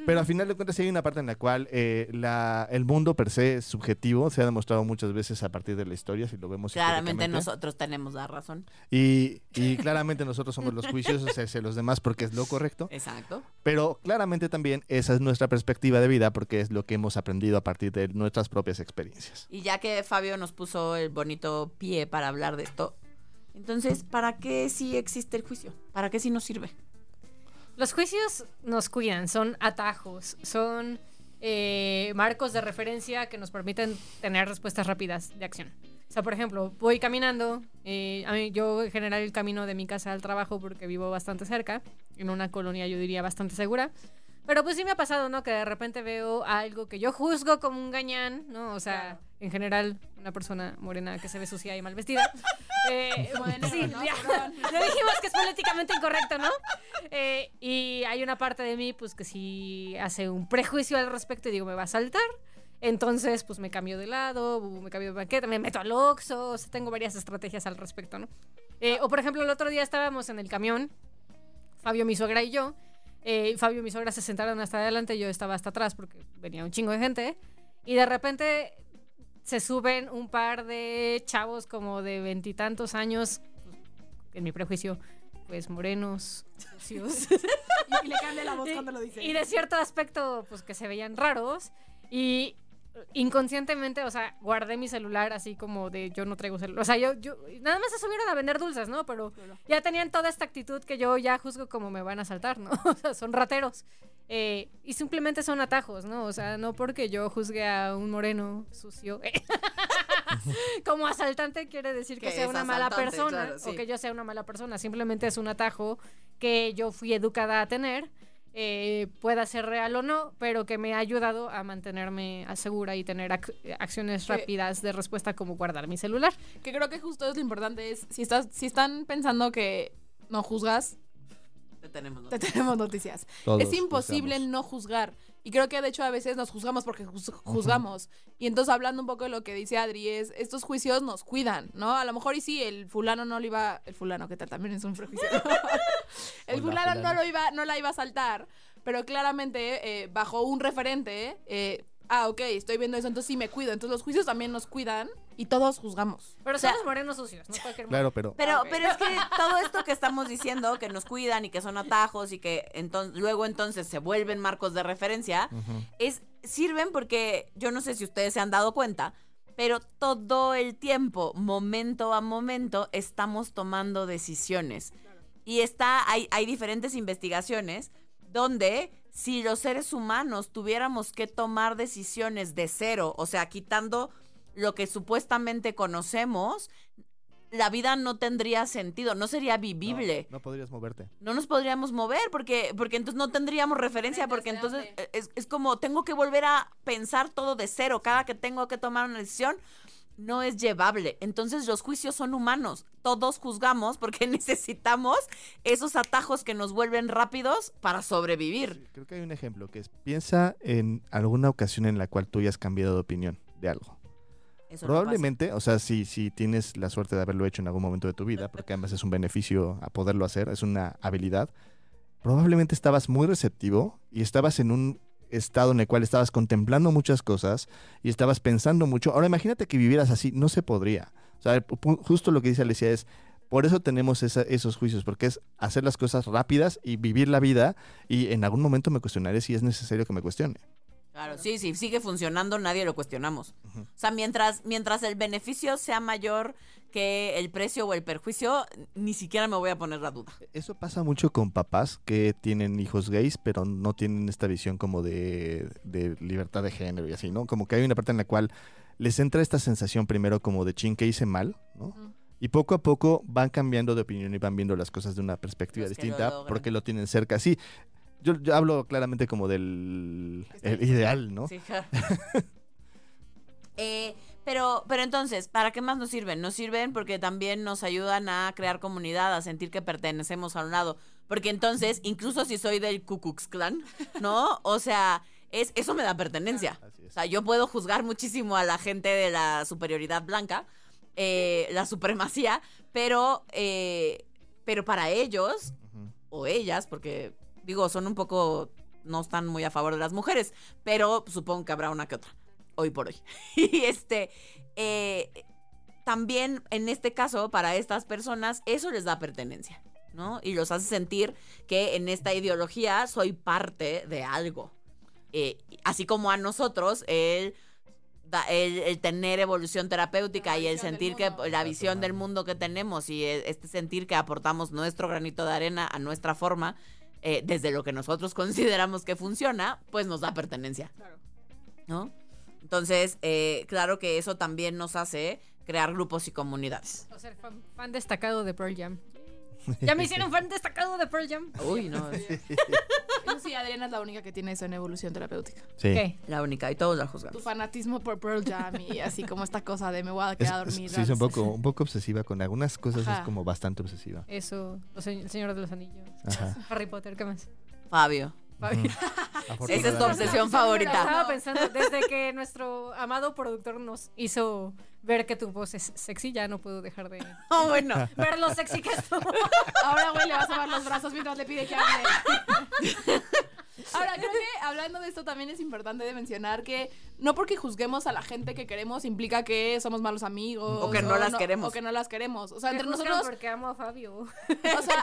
Pero al final de cuentas sí hay una parte en la cual eh, la, el mundo per se es subjetivo, se ha demostrado muchas veces a partir de la historia, si lo vemos Claramente históricamente. nosotros tenemos la razón. Y, y claramente nosotros somos los juiciosos hacia los demás porque es lo correcto. Exacto. Pero claramente también esa es nuestra perspectiva de vida porque es lo que hemos aprendido a partir de nuestras propias experiencias. Y ya que Fabio nos puso el bonito pie para hablar de esto, entonces, ¿para qué sí existe el juicio? ¿Para qué sí nos sirve? Los juicios nos cuidan, son atajos, son eh, marcos de referencia que nos permiten tener respuestas rápidas de acción. O sea, por ejemplo, voy caminando, eh, a mí, yo en general el camino de mi casa al trabajo porque vivo bastante cerca, en una colonia yo diría bastante segura, pero pues sí me ha pasado, ¿no? Que de repente veo algo que yo juzgo como un gañán, ¿no? O sea, claro. En general, una persona morena que se ve sucia y mal vestida. Eh, bueno, sí, ¿no? ya, ya dijimos que es políticamente incorrecto, ¿no? Eh, y hay una parte de mí, pues, que sí hace un prejuicio al respecto y digo, me va a saltar. Entonces, pues, me cambio de lado, me cambio de banqueta, me meto al Oxxo, o sea, tengo varias estrategias al respecto, ¿no? Eh, o, por ejemplo, el otro día estábamos en el camión, Fabio, mi suegra y yo. Eh, Fabio y mi suegra se sentaron hasta adelante, yo estaba hasta atrás porque venía un chingo de gente. Y de repente se suben un par de chavos como de veintitantos años, en mi prejuicio, pues morenos, sucios. y, y le cambia la voz cuando lo dice. Y de cierto aspecto, pues que se veían raros. Y inconscientemente, o sea, guardé mi celular así como de yo no traigo celular. O sea, yo, yo nada más se subieron a vender dulces, ¿no? Pero claro. Ya tenían toda esta actitud que yo ya juzgo como me van a asaltar, ¿no? O sea, son rateros. Eh, y simplemente son atajos, ¿no? O sea, no porque yo juzgue a un moreno sucio como asaltante quiere decir que, que sea una mala persona, claro, sí. O que yo sea una mala persona. Simplemente es un atajo que yo fui educada a tener. Eh, pueda ser real o no, pero que me ha ayudado a mantenerme segura y tener ac- acciones rápidas de respuesta como guardar mi celular. Que creo que justo es lo importante, es si estás, si están pensando que no juzgas, te tenemos noticias. Te tenemos noticias. Todos es imposible juzgamos. No juzgar. Y creo que de hecho a veces nos juzgamos porque juz- juzgamos. Uh-huh. Y entonces hablando un poco de lo que dice Adri, es estos juicios nos cuidan, ¿no? A lo mejor y sí, el fulano no lo iba... El fulano, ¿qué tal? También es un prejuicio. el Hola, fulano fulano. no, lo iba, no la iba a saltar, pero claramente eh, bajo un referente... Eh, ah, ok, estoy viendo eso, entonces sí me cuido. Entonces los juicios también nos cuidan y todos juzgamos. Pero O sea, somos morenos sucios, no cualquier Claro, pero... Pero, Ok. pero es que todo esto que estamos diciendo, que nos cuidan y que son atajos y que enton- luego entonces se vuelven marcos de referencia, Ujú. es sirven porque yo no sé si ustedes se han dado cuenta, pero todo el tiempo, momento a momento, estamos tomando decisiones. Y está, hay, hay diferentes investigaciones donde si los seres humanos tuviéramos que tomar decisiones de cero, o sea, quitando lo que supuestamente conocemos, la vida no tendría sentido, no sería vivible. No, no podrías moverte. No nos podríamos mover porque, porque entonces no tendríamos referencia, porque entonces es, es como tengo que volver a pensar todo de cero, cada que tengo que tomar una decisión no es llevable. Entonces los juicios son humanos, todos juzgamos porque necesitamos esos atajos que nos vuelven rápidos para sobrevivir. Sí, creo que hay un ejemplo que es, piensa en alguna ocasión en la cual tú hayas cambiado de opinión de algo. Eso Probablemente, o sea, si, si tienes la suerte de haberlo hecho en algún momento de tu vida, porque además es un beneficio a poderlo hacer, es una habilidad, probablemente estabas muy receptivo y estabas en un estado en el cual estabas contemplando muchas cosas y estabas pensando mucho. Ahora imagínate que vivieras así, no se podría. O sea, pu- justo lo que dice Alicia es, por eso tenemos esa, esos juicios, porque es hacer las cosas rápidas y vivir la vida, y en algún momento me cuestionaré si es necesario que me cuestione. Claro, sí, sí, sigue funcionando, nadie lo cuestionamos. Ujú. O sea, mientras, mientras el beneficio sea mayor que el precio o el perjuicio, ni siquiera me voy a poner la duda. Eso pasa mucho con papás que tienen hijos gays, pero no tienen esta visión como de, de libertad de género y así, ¿no? Como que hay una parte en la cual les entra esta sensación primero como de chin, que hice mal, ¿no? Ujú. Y poco a poco van cambiando de opinión y van viendo las cosas de una perspectiva Los que lo distinta logran. porque lo tienen cerca. Sí, yo, yo hablo claramente como del el ideal, ¿no? Sí, ja. eh, pero, pero entonces, ¿para qué más nos sirven? Nos sirven porque también nos ayudan a crear comunidad, a sentir que pertenecemos a un lado. Porque entonces, incluso si soy del Ku Klux Klan, ¿no? O sea, es, eso me da pertenencia. Así O es. sea, yo puedo juzgar muchísimo a la gente de la superioridad blanca, eh, la supremacía, pero, eh, pero para ellos, Ujú. o ellas, porque digo, son un poco no están muy a favor de las mujeres, pero supongo que habrá una que otra, hoy por hoy. Y este, eh, también en este caso, para estas personas, eso les da pertenencia, ¿no? Y los hace sentir que en esta ideología soy parte de algo. Eh, así como a nosotros, el, el, el tener evolución terapéutica La y el visión del sentir que mundo. la visión del mundo que tenemos y este sentir que aportamos nuestro granito de arena a nuestra forma, eh, desde lo que nosotros consideramos que funciona, pues nos da pertenencia, Claro. ¿no? Entonces, eh, claro que eso también nos hace crear grupos y comunidades. O ser fan, fan destacado de Pearl Jam. Ya me hicieron fan destacado de Pearl Jam. Uy, no, es Eso sí, Adriana es la única que tiene eso en evolución terapéutica. Sí. ¿Qué? la única y todos la Tu juzgamos. fanatismo por Pearl Jam y así como esta cosa de me voy a Es- quedar a es- dormir. sí, es un poco, un poco obsesiva con algunas cosas, Ajá. es como bastante obsesiva. Eso, los se- el Señor de los Anillos. Ajá. Harry Potter, ¿qué más? Fabio. Fabi. Esa es tu obsesión favorita. Estaba pensando, desde que nuestro amado productor nos hizo ver que tu voz es sexy, ya no puedo dejar de Oh, bueno. ver lo sexy que es tú. Ahora, güey, le vas a dar los brazos mientras le pide que hable. Ahora, creo que hablando de esto también es importante de mencionar que no porque juzguemos a la gente que queremos implica que somos malos amigos. O que no las queremos. O que no las queremos. O sea, Me entre juzgan nosotros, porque amo a Fabio. o sea,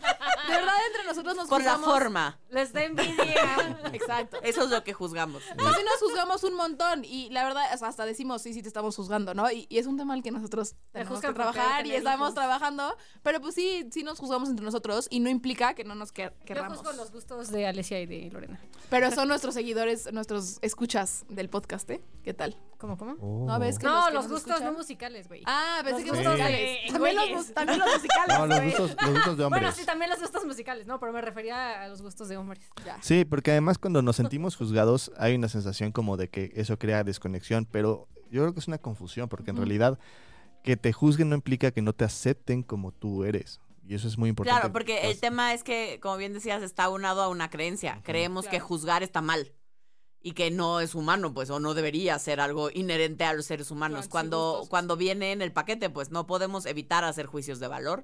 de verdad entre nosotros nos Por la juzgamos. forma. Les da envidia. Exacto. Eso es lo que juzgamos. Pues sí nos juzgamos un montón y la verdad, o sea, hasta decimos, sí, sí te estamos juzgando, ¿no? Y, y es un tema al que nosotros tenemos que juzgan por trabajar querer y tener estamos hijos. trabajando, pero pues sí, sí nos juzgamos entre nosotros y no implica que no nos quer- Yo querramos. juzgo los gustos de Alesia y de Lorena. Pero son nuestros seguidores, nuestros escuchas del podcast, ¿eh? ¿Qué tal? ¿Cómo, cómo? Oh. ¿No ves que No, que los nos gustos escuchan? no musicales, güey. Ah, pensé Los que gustos musicales. de También los, güeyes. mus- también los musicales, No, los güey. gustos, los gustos de hombres. Bueno, sí, también los gustos musicales, no, pero me refería a los gustos de hombres. Ya. Sí, porque además cuando nos sentimos juzgados hay una sensación como de que eso crea desconexión, pero yo creo que es una confusión, porque en Ujú. realidad que te juzguen no implica que no te acepten como tú eres. Y eso es muy importante. Claro, porque el Pues, tema es que, como bien decías, está unado a una creencia. Creemos que Claro. juzgar está mal y que no es humano, pues, o no debería ser algo inherente a los seres humanos. Claro, sí, cuando, gustos. cuando viene en el paquete, pues no podemos evitar hacer juicios de valor.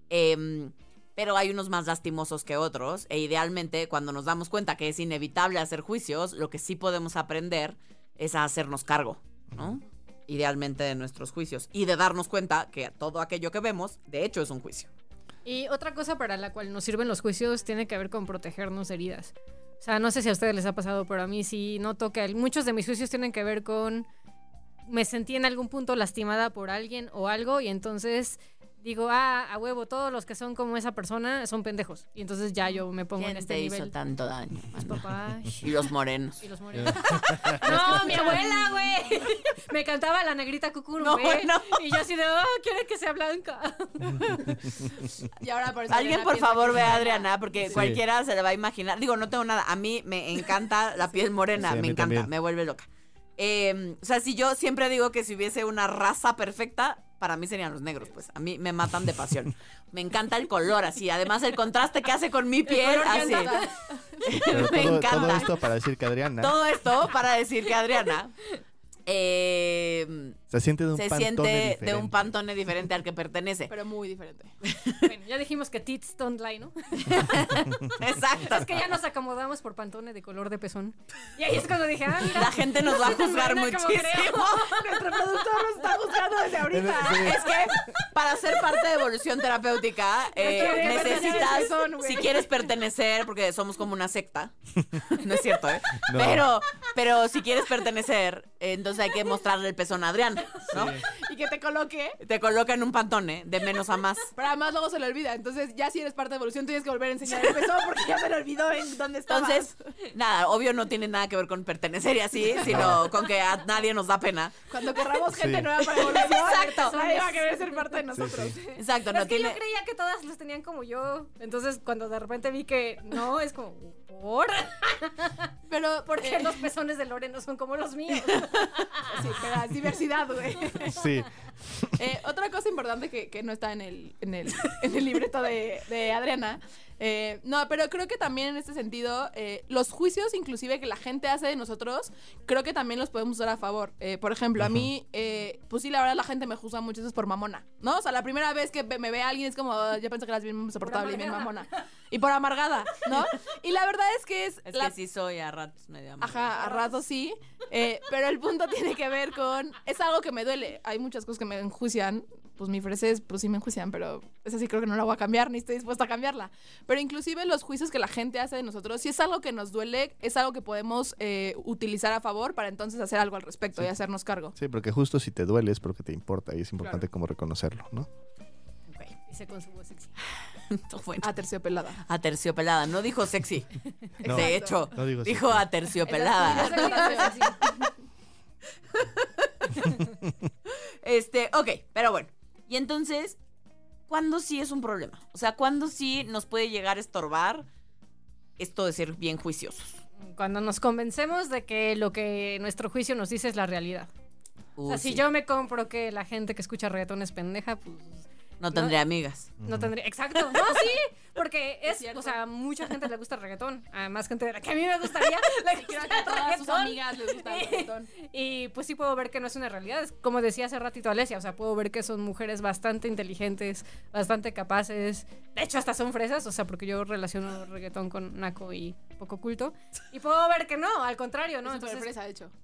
Em, pero hay unos más lastimosos que otros. E idealmente, cuando nos damos cuenta que es inevitable hacer juicios, lo que sí podemos aprender es a hacernos cargo, ¿no? Idealmente de nuestros juicios. Y de darnos cuenta que todo aquello que vemos, de hecho, es un juicio. Y otra cosa para la cual nos sirven los juicios tiene que ver con protegernos de heridas. O sea, no sé si a ustedes les ha pasado, pero a mí sí noto que muchos de mis juicios tienen que ver con... Me sentí en algún punto lastimada por alguien o algo y entonces digo, ah, a huevo, todos los que son como esa persona son pendejos. Y entonces ya yo me pongo en ¿Quién este te nivel. hizo tanto daño? Mis papás Y los morenos. y los morenos. No, mi abuela, güey. Me cantaba la negrita cucuru, No, güey. bueno. Y yo así de, oh, quiere que sea blanca. Y ahora por eso Alguien, Adriana por piensa favor, que ve a es Adriana, porque Sí. cualquiera se le va a imaginar. Digo, no tengo nada. A mí me encanta la piel morena, Sí, a me mí encanta, también. me vuelve loca. Eh, o sea, si yo siempre digo que si hubiese una raza perfecta, para mí serían los negros, pues. A mí me matan de pasión. Me encanta el color, así. Además, el contraste que hace con mi piel, color así. llanta. Pero me todo, encanta. todo esto para decir que Adriana Todo esto para decir que Adriana eh, se siente de un se pantone siente de diferente. un pantone diferente al que pertenece. Pero muy diferente. Bueno, ya dijimos que tits don't lie, ¿no? Exacto. Es que ya nos acomodamos por pantone de color de pezón. Y ahí es cuando dije, ah, mira. La gente nos va a juzgar Morena como muchísimo. creo. Nuestro productor nos está buscando desde ahorita. Sí. Es que para ser parte de evolución terapéutica eh, Requiere necesitas, pertenecer, son, güey. si quieres pertenecer, porque somos como una secta, no es cierto, ¿eh? No. Pero, pero si quieres pertenecer, eh, entonces hay que mostrarle el pezón a Adrián, ¿no? Y que te coloque. Te coloca en un pantone, de menos a más. Pero además luego se le olvida. Entonces, ya si eres parte de evolución, tienes que volver a enseñar el pezón porque ya se le olvidó en dónde estabas. Entonces, nada, obvio no tiene nada que ver con pertenecer y así, sino con que a nadie nos da pena. Cuando querramos gente Sí. nueva para evolución, Exacto. nadie va a querer ser parte de nosotros. sí. Exacto, Pero no es que tiene... yo creía que todas los tenían como yo. Entonces, cuando de repente vi que no, es como, ¿por? Pero, Porque eh, los pezones de Lore no son como los míos. sí, pero es diversidad, güey. Sí. Eh, otra cosa importante que, que no está en el, en el, en el libreto de, de Adriana. eh, no, pero creo que también en este sentido, eh, los juicios inclusive que la gente hace de nosotros, creo que también los podemos usar a favor. Eh, por ejemplo, a mí, eh, pues sí, la verdad la gente me juzga muchas veces por mamona, ¿no? O sea, la primera vez que ve- me ve a alguien es como, "Oh, yo pensé que eras bien soportable y bien mamona. y por amargada, ¿no? Y la verdad es que es... Es la... que sí soy a ratos medio amarga. Ajá, a ratos sí, eh, pero el punto tiene que ver con... Es algo que me duele. Hay muchas cosas que me enjuician. Pues mi freses, pues sí me enjuician, pero esa sí creo que no la voy a cambiar, ni estoy dispuesta a cambiarla. Pero inclusive los juicios que la gente hace de nosotros, si es algo que nos duele, es algo que podemos eh, utilizar a favor para entonces hacer algo al respecto Sí. y hacernos cargo. Sí, porque justo si te duele es porque te importa y es importante como reconocerlo, ¿no? Ok. Dice con su voz sexy. Bueno. Aterciopelada. Aterciopelada. No dijo sexy. No, de hecho, no digo dijo sexy. aterciopelada. Este, ok, pero bueno. Y entonces, ¿cuándo sí es un problema? O sea, ¿cuándo sí nos puede llegar a estorbar esto de ser bien juiciosos? Cuando nos convencemos de que lo que nuestro juicio nos dice es la realidad. Uh, o sea, si sí. yo me compro que la gente que escucha reggaetón es pendeja, pues No tendré amigas. no tendría... Exacto. No, sí, porque es, cierto. o sea, mucha gente le gusta el reggaetón. A más gente de la que a mí me gustaría, le Creo gusta que a el todas sus reggaetón. amigas les gusta el reggaetón. Y pues sí puedo ver que no es una realidad. Es como decía hace ratito Alesia, o sea, puedo ver que son mujeres bastante inteligentes, bastante capaces. De hecho, hasta son fresas, o sea, porque yo relaciono reggaetón con naco y poco culto. Y puedo ver que no, al contrario, ¿no? Es súper Entonces, fresa, de hecho.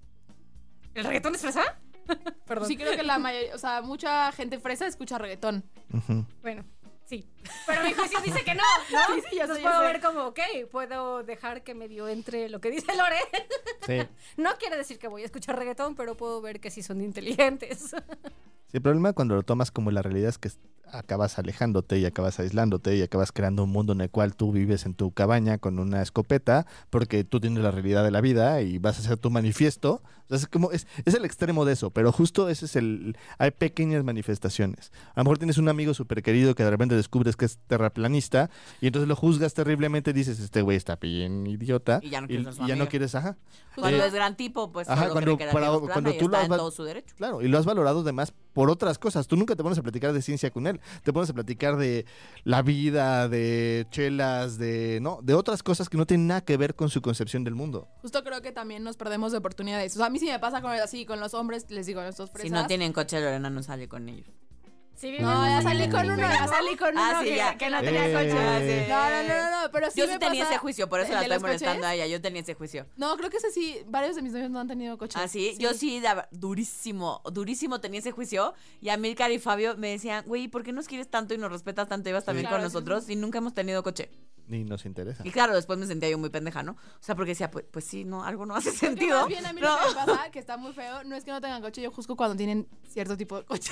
¿el reggaetón es fresa? Perdón. Sí creo que la mayoría, o sea, mucha gente fresa escucha reggaetón. Ujú. Bueno, sí. Pero mi juicio dice que no, ¿no? Sí, sí, ya sé, Entonces ya puedo sé. ver como, ok, puedo dejar que medio entre lo que dice Lore. Sí. No quiere decir que voy a escuchar reggaetón, pero puedo ver que sí son inteligentes. Sí, el problema cuando lo tomas como la realidad es que acabas alejándote y acabas aislándote y acabas creando un mundo en el cual tú vives en tu cabaña con una escopeta porque tú tienes la realidad de la vida y vas a hacer tu manifiesto. O sea, es como es, es el extremo de eso, pero justo ese es el... Hay pequeñas manifestaciones. A lo mejor tienes un amigo súper querido que de repente descubres que es terraplanista y entonces lo juzgas terriblemente y dices, este güey está bien idiota. Y ya no quieres ser su y ya no amiga. quieres, ajá. Cuando Eh, es gran tipo, pues ajá, solo cuando- cree que la para- vida es plana cuando y tú lo está has en va- todo su derecho. Claro, y lo has valorado además por otras cosas. Tú nunca te pones a platicar de ciencia con él. Te pones a platicar de la vida, de chelas, de no, de otras cosas que no tienen nada que ver con su concepción del mundo. Justo creo que también nos perdemos de oportunidades. O sea, a mí sí me pasa con así, con los hombres, les digo, estos fresas. Si no tienen coche, Lorena no sale con ellos. Sí, No, ya salí con uno, ya salí con uno Ah, sí, que, ya. que no Eh. tenía coche. Ah, sí. No, no, no, no, no, pero sí Yo me sí tenía pasa ese juicio, por eso el la de estoy los coches. molestando a ella. Yo tenía ese juicio. No, creo que ese sí, varios de mis novios no han tenido coche. ¿Ah, sí? Yo sí, la- durísimo, durísimo tenía ese juicio. Y Amílcar y Fabio me decían, güey, ¿por qué nos quieres tanto y nos respetas tanto y vas también Claro, con sí, nosotros sí. y nunca hemos tenido coche? Ni nos interesa. Y claro, después me sentía yo muy pendeja, ¿no? O sea, porque decía, pues, pues sí, no, algo no hace Porque sentido. más bien a mí No. lo que me pasa, que está muy feo, no es que no tengan coche, yo juzgo cuando tienen cierto tipo de coche.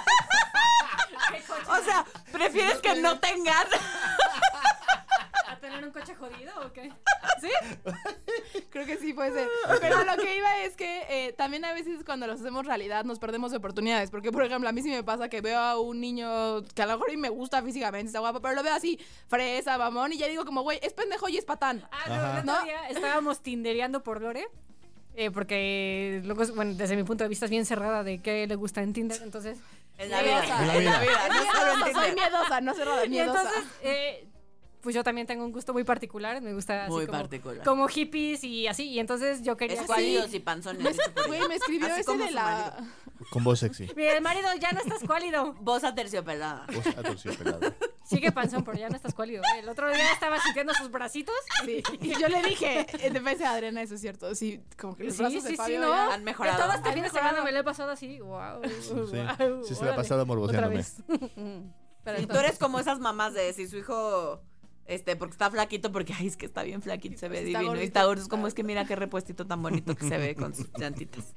O sea, ¿prefieres que no tengan? ¿A tener un coche jodido o qué? ¿Sí? Creo que sí puede ser. Pero lo que iba es que eh, también a veces cuando los hacemos realidad nos perdemos de oportunidades. Porque, por ejemplo, a mí sí me pasa que veo a un niño que a lo mejor y me gusta físicamente, está guapo, pero lo veo así, fresa, mamón, y ya digo como, güey, es pendejo y es patán. Ah, no, Ajá. el otro ¿No? día estábamos tindereando por Lore. eh, porque luego, es- bueno, desde mi punto de vista es bien cerrada de qué le gusta en Tinder, entonces... En la vida, Miedosa. en la vida. Es No solo en miedosa, soy Tinder. miedosa, no cerrada, Y miedosa. entonces, eh, pues yo también tengo un gusto muy particular, me gusta así Muy como, particular. como hippies y así, y entonces yo quería... Escuálidos y panzones. Me- dicho por Güey, ella. me escribió Así ese como de su la... marido. Con voz sexy. Mi marido, ya no estás cuálido. Voz aterciopelada. Voz aterciopelada. Sigue panzón, pero ya no estás cuálido. ¿eh? El otro día estaba sintiendo sus bracitos. Sí, y yo le dije, en defensa de Adriana, eso es cierto. Sí, como que los Sí, brazos sí, de sí, Fabio ¿no? ya- Han mejorado. De todo este Han fin de mejorado. semana me lo he pasado así. Wow. Sí, se la ha pasado morboseándome. Pero Y tú entonces- eres como esas mamás de si su hijo, este, porque está flaquito, porque ay, es que está bien flaquito, se ve Está divino. Y gordito. está gordo, es como es que mira qué repuestito tan bonito que se ve con sus llantitas.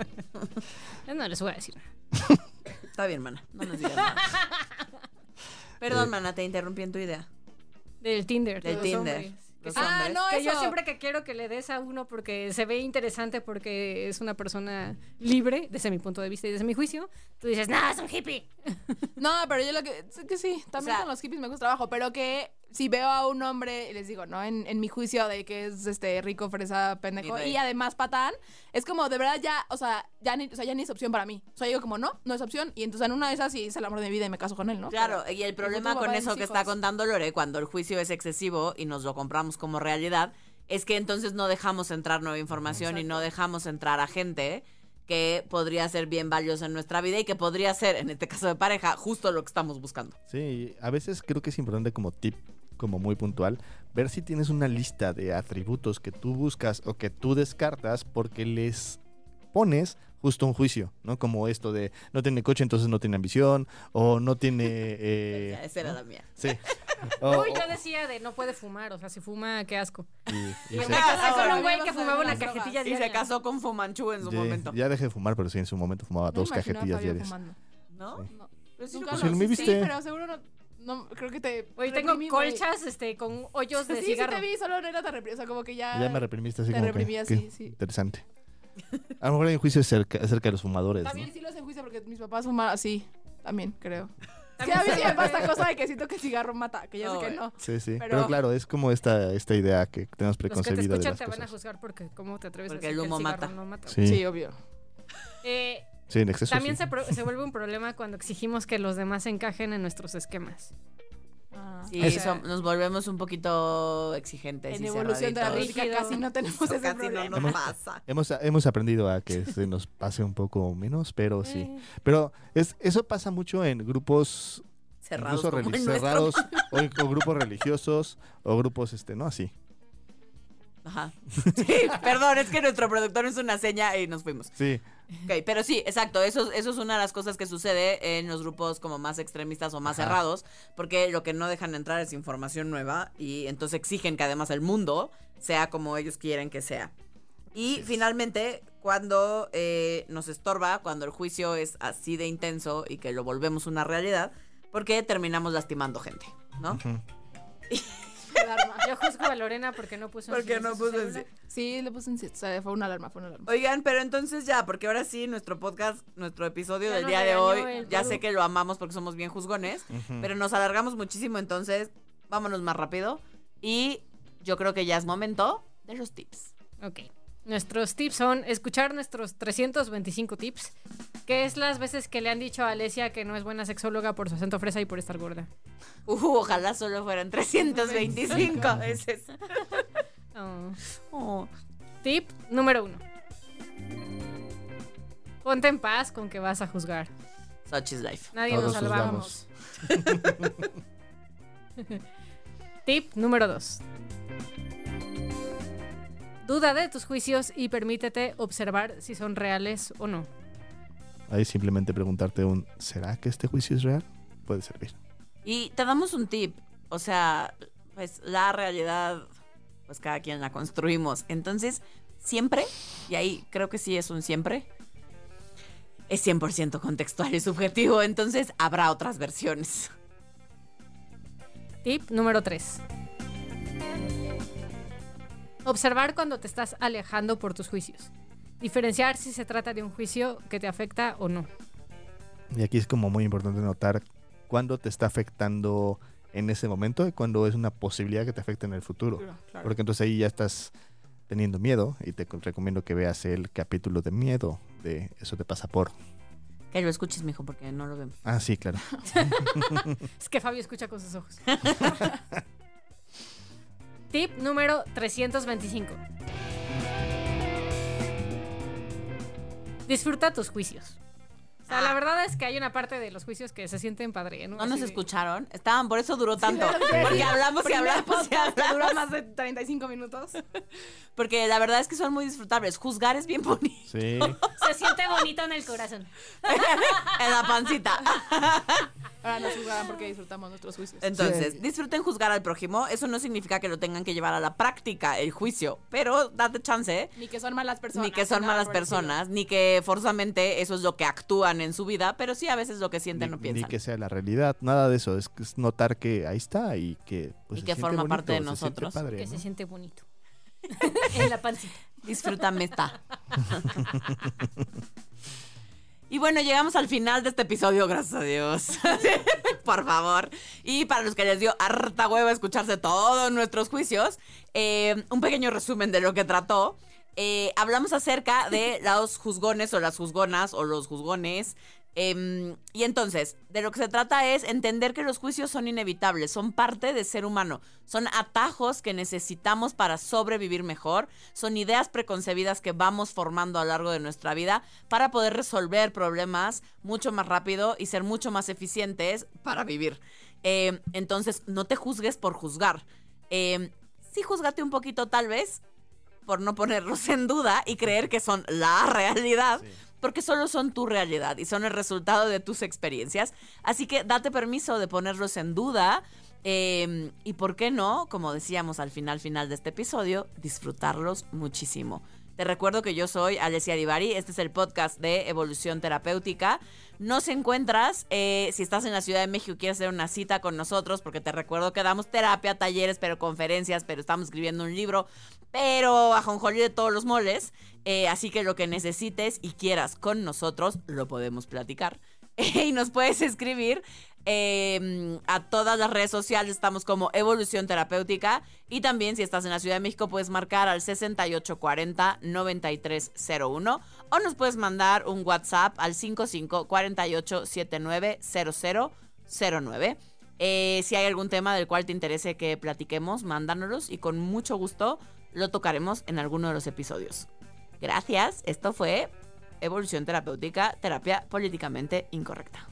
No les voy a decir. Está bien, mana, no nos digas nada. Perdón, mana, te interrumpí en tu idea. Del Tinder. Del de los Tinder. hombres. Los Ah, hombres. no, Que eso. yo siempre que quiero que le des a uno porque se ve interesante, porque es una persona libre, desde mi punto de vista y desde mi juicio, tú dices, no, es un hippie. No, pero yo lo que... es que sí, también O sea- con los hippies me gusta trabajo, pero que si veo a un hombre, y les digo, ¿no? En, en mi juicio de que es este rico, fresa, pendejo, Mi rey. y además patán, es como de verdad ya, o sea, ya ni, o sea, ya ni es opción para mí. O sea, digo como, no, no es opción, y entonces en una de esas sí es el amor de mi vida y me caso con él, ¿no? Claro, Pero- y el problema futuro con papá de eso mis que hijos. está contando Lore, cuando el juicio es excesivo y nos lo compramos como realidad, es que entonces no dejamos entrar nueva información y no dejamos entrar a gente que podría ser bien valiosa en nuestra vida y que podría ser, en este caso de pareja, justo lo que estamos buscando. Sí, a veces creo que es importante como tip como muy puntual, ver si tienes una lista de atributos que tú buscas o que tú descartas porque les pones justo un juicio, ¿no? Como esto de no tiene coche, entonces no tiene ambición, o no tiene... Eh, Ya, esa era ¿no? la mía. Sí. O- Uy, o- yo decía de no puede fumar, o sea, si fuma, qué asco. y- y Y se- me casé con ahora un güey vamos que a fumaba ver una las cajetilla Y diaria. se casó con Fumanchu en su ya, momento. ya dejé de fumar, pero sí, en su momento fumaba No dos me imagino a cajetillas Fabio diarias. fumando. ¿No? Sí. No. Pero sí Nunca lo Pues lo- sí, me Sí, viste. pero seguro no, no, creo que te... Oye, tengo reprimí, güey. colchas este, con hoyos de Sí, cigarro. sí te vi, solo no era tan reprimida, o sea, como que ya... Ya me reprimiste así Te como que, reprimí qué así, sí. interesante. A lo mejor hay un juicio acerca, acerca de los fumadores, ¿no? También sí los enjuicio porque mis papás fuman así, también, creo. Sí, También a mí sí se- me pasa cosa de que siento que el cigarro mata, que ya sé No, que güey. no. Sí, sí. Pero, Pero- claro, es como esta, esta idea que tenemos Los que te preconcebida de escuchan las te van a cosas. juzgar porque cómo te atreves Porque a el decir que humo el cigarro mata. no mata. Sí, Sí, sí, obvio. Eh, en exceso también sí. se, pro- se vuelve un problema cuando exigimos que los demás encajen en nuestros esquemas. Ah. Sí, Es- som- nos volvemos un poquito exigentes. En y evolución de la cerraditos. música Rígido. casi no tenemos Eso ese casi no problema. nos pasa. Hemos, hemos aprendido a que se nos pase un poco menos, pero sí. Eh, Pero es, eso pasa mucho en grupos Cerrados incluso como relig- el nuestro. cerrados o, o grupos religiosos o grupos, este, ¿no? Así. Ajá. Sí, perdón, es que nuestro productor hizo una seña y nos fuimos. Sí. Ok, pero sí, exacto, eso, eso es una de las cosas que sucede en los grupos como más extremistas o más Ajá. cerrados, porque lo que no dejan entrar es información nueva y entonces exigen que además el mundo sea como ellos quieren que sea. Y Así es. finalmente, cuando eh, nos estorba, cuando el juicio es así de intenso y que lo volvemos una realidad, porque terminamos lastimando gente, ¿no? Ujú. Alarma. Yo juzgo a Lorena porque no puso en Porque silencio no su puso en celular. Sí, le puse en... O sea, fue una alarma, fue una alarma. Oigan, pero entonces ya, porque ahora sí, nuestro podcast, nuestro episodio Ya del nos día de regañó hoy, el ya Perú. sé que lo amamos porque somos bien juzgones, Ujú. pero nos alargamos muchísimo, entonces vámonos más rápido. Y yo creo que ya es momento de los tips. Ok. Nuestros tips son escuchar nuestros trescientos veinticinco tips, que es las veces que le han dicho a Alesia que no es buena sexóloga por su acento fresa y por estar gorda. Uh, ojalá solo fueran trescientos veinticinco veces. Oh. Oh. Tip número uno. Ponte en paz con que vas a juzgar. Such is life. Nadie Todos nos salvamos. Tip número dos. Duda de tus juicios y permítete observar si son reales o no. Ahí simplemente preguntarte un, ¿será que este juicio es real? Puede servir. Y te damos un tip, o sea, pues la realidad, pues cada quien la construimos. Entonces, siempre, y ahí creo que sí es un siempre, es cien por ciento contextual y subjetivo, entonces habrá otras versiones. Tip número tres. Observar cuando te estás alejando por tus juicios. Diferenciar si se trata de un juicio que te afecta o no. Y aquí es como muy importante notar cuándo te está afectando en ese momento y cuándo es una posibilidad que te afecte en el futuro. Claro, claro. Porque entonces ahí ya estás teniendo miedo y te recomiendo que veas el capítulo de miedo de Eso te pasa por. Que lo escuches, mijo, porque no lo vemos. Ah, sí, claro. Es que Fabio escucha con sus ojos. Tip número trescientos veinticinco. Disfruta tus juicios. O sea, la verdad es que hay una parte de los juicios que se sienten padre, ¿no? ¿No nos Así de- escucharon? Estaban, por eso duró tanto. Sí, Porque sí. hablamos y Primer hablamos y podcast que hablamos. dura más de treinta y cinco minutos. Porque la verdad es que son muy disfrutables. Juzgar es bien bonito. Sí. Se siente bonito en el corazón. En la pancita. Ahora nos juzgarán porque disfrutamos nuestros juicios. Entonces, Sí. disfruten juzgar al prójimo. Eso no significa que lo tengan que llevar a la práctica, el juicio. Pero date chance, Ni que son malas personas. ni que son nada malas por el estilo. personas, ni que forzosamente eso es lo que actúan en su vida, pero sí a veces lo que sienten Ni, o ni piensan. que sea la realidad, nada de eso. Es, es notar que ahí está y que pues, Y se que siente forma parte de bonito, se siente nosotros. padre, Que ¿no? se siente bonito. En la pancita. Disfrútame esta. Y bueno, llegamos al final de este episodio, gracias a Dios. Por favor. Y para los que les dio harta hueva escucharse todos nuestros juicios, eh, un pequeño resumen de lo que trató. Eh, hablamos acerca de los juzgones o las juzgonas o los juzgones. Eh, y entonces, de lo que se trata es entender que los juicios son inevitables, son parte de ser humano, son atajos que necesitamos para sobrevivir mejor, son ideas preconcebidas que vamos formando a lo largo de nuestra vida para poder resolver problemas mucho más rápido y ser mucho más eficientes para vivir. Eh, entonces, no te juzgues por juzgar. Eh, sí, júzgate un poquito tal vez por no ponerlos en duda y creer que son la realidad. Sí. Porque solo son tu realidad y son el resultado de tus experiencias. Así que date permiso de ponerlos en duda. Eh, y por qué no, como decíamos al final, final de este episodio, disfrutarlos muchísimo. Te recuerdo que yo soy Alessia Divari. Este es el podcast de Evolución Terapéutica. Nos encuentras, eh, si estás en la Ciudad de México y quieres hacer una cita con nosotros, porque te recuerdo que damos terapia, talleres, pero conferencias, pero estamos escribiendo un libro, pero ajonjolí de todos los moles. Eh, así que lo que necesites y quieras con nosotros, lo podemos platicar. Y nos puedes escribir eh, a todas las redes sociales, estamos como Evolución Terapéutica. Y también si estás en la Ciudad de México puedes marcar al sesenta y ocho cuarenta, noventa y tres cero uno o nos puedes mandar un WhatsApp al cincuenta y cinco, cuarenta y ocho, setenta y nueve, cero cero cero nueve. Eh, si hay algún tema del cual te interese que platiquemos, mándanoslos y con mucho gusto lo tocaremos en alguno de los episodios. Gracias, esto fue Evolución Terapéutica, terapia políticamente incorrecta.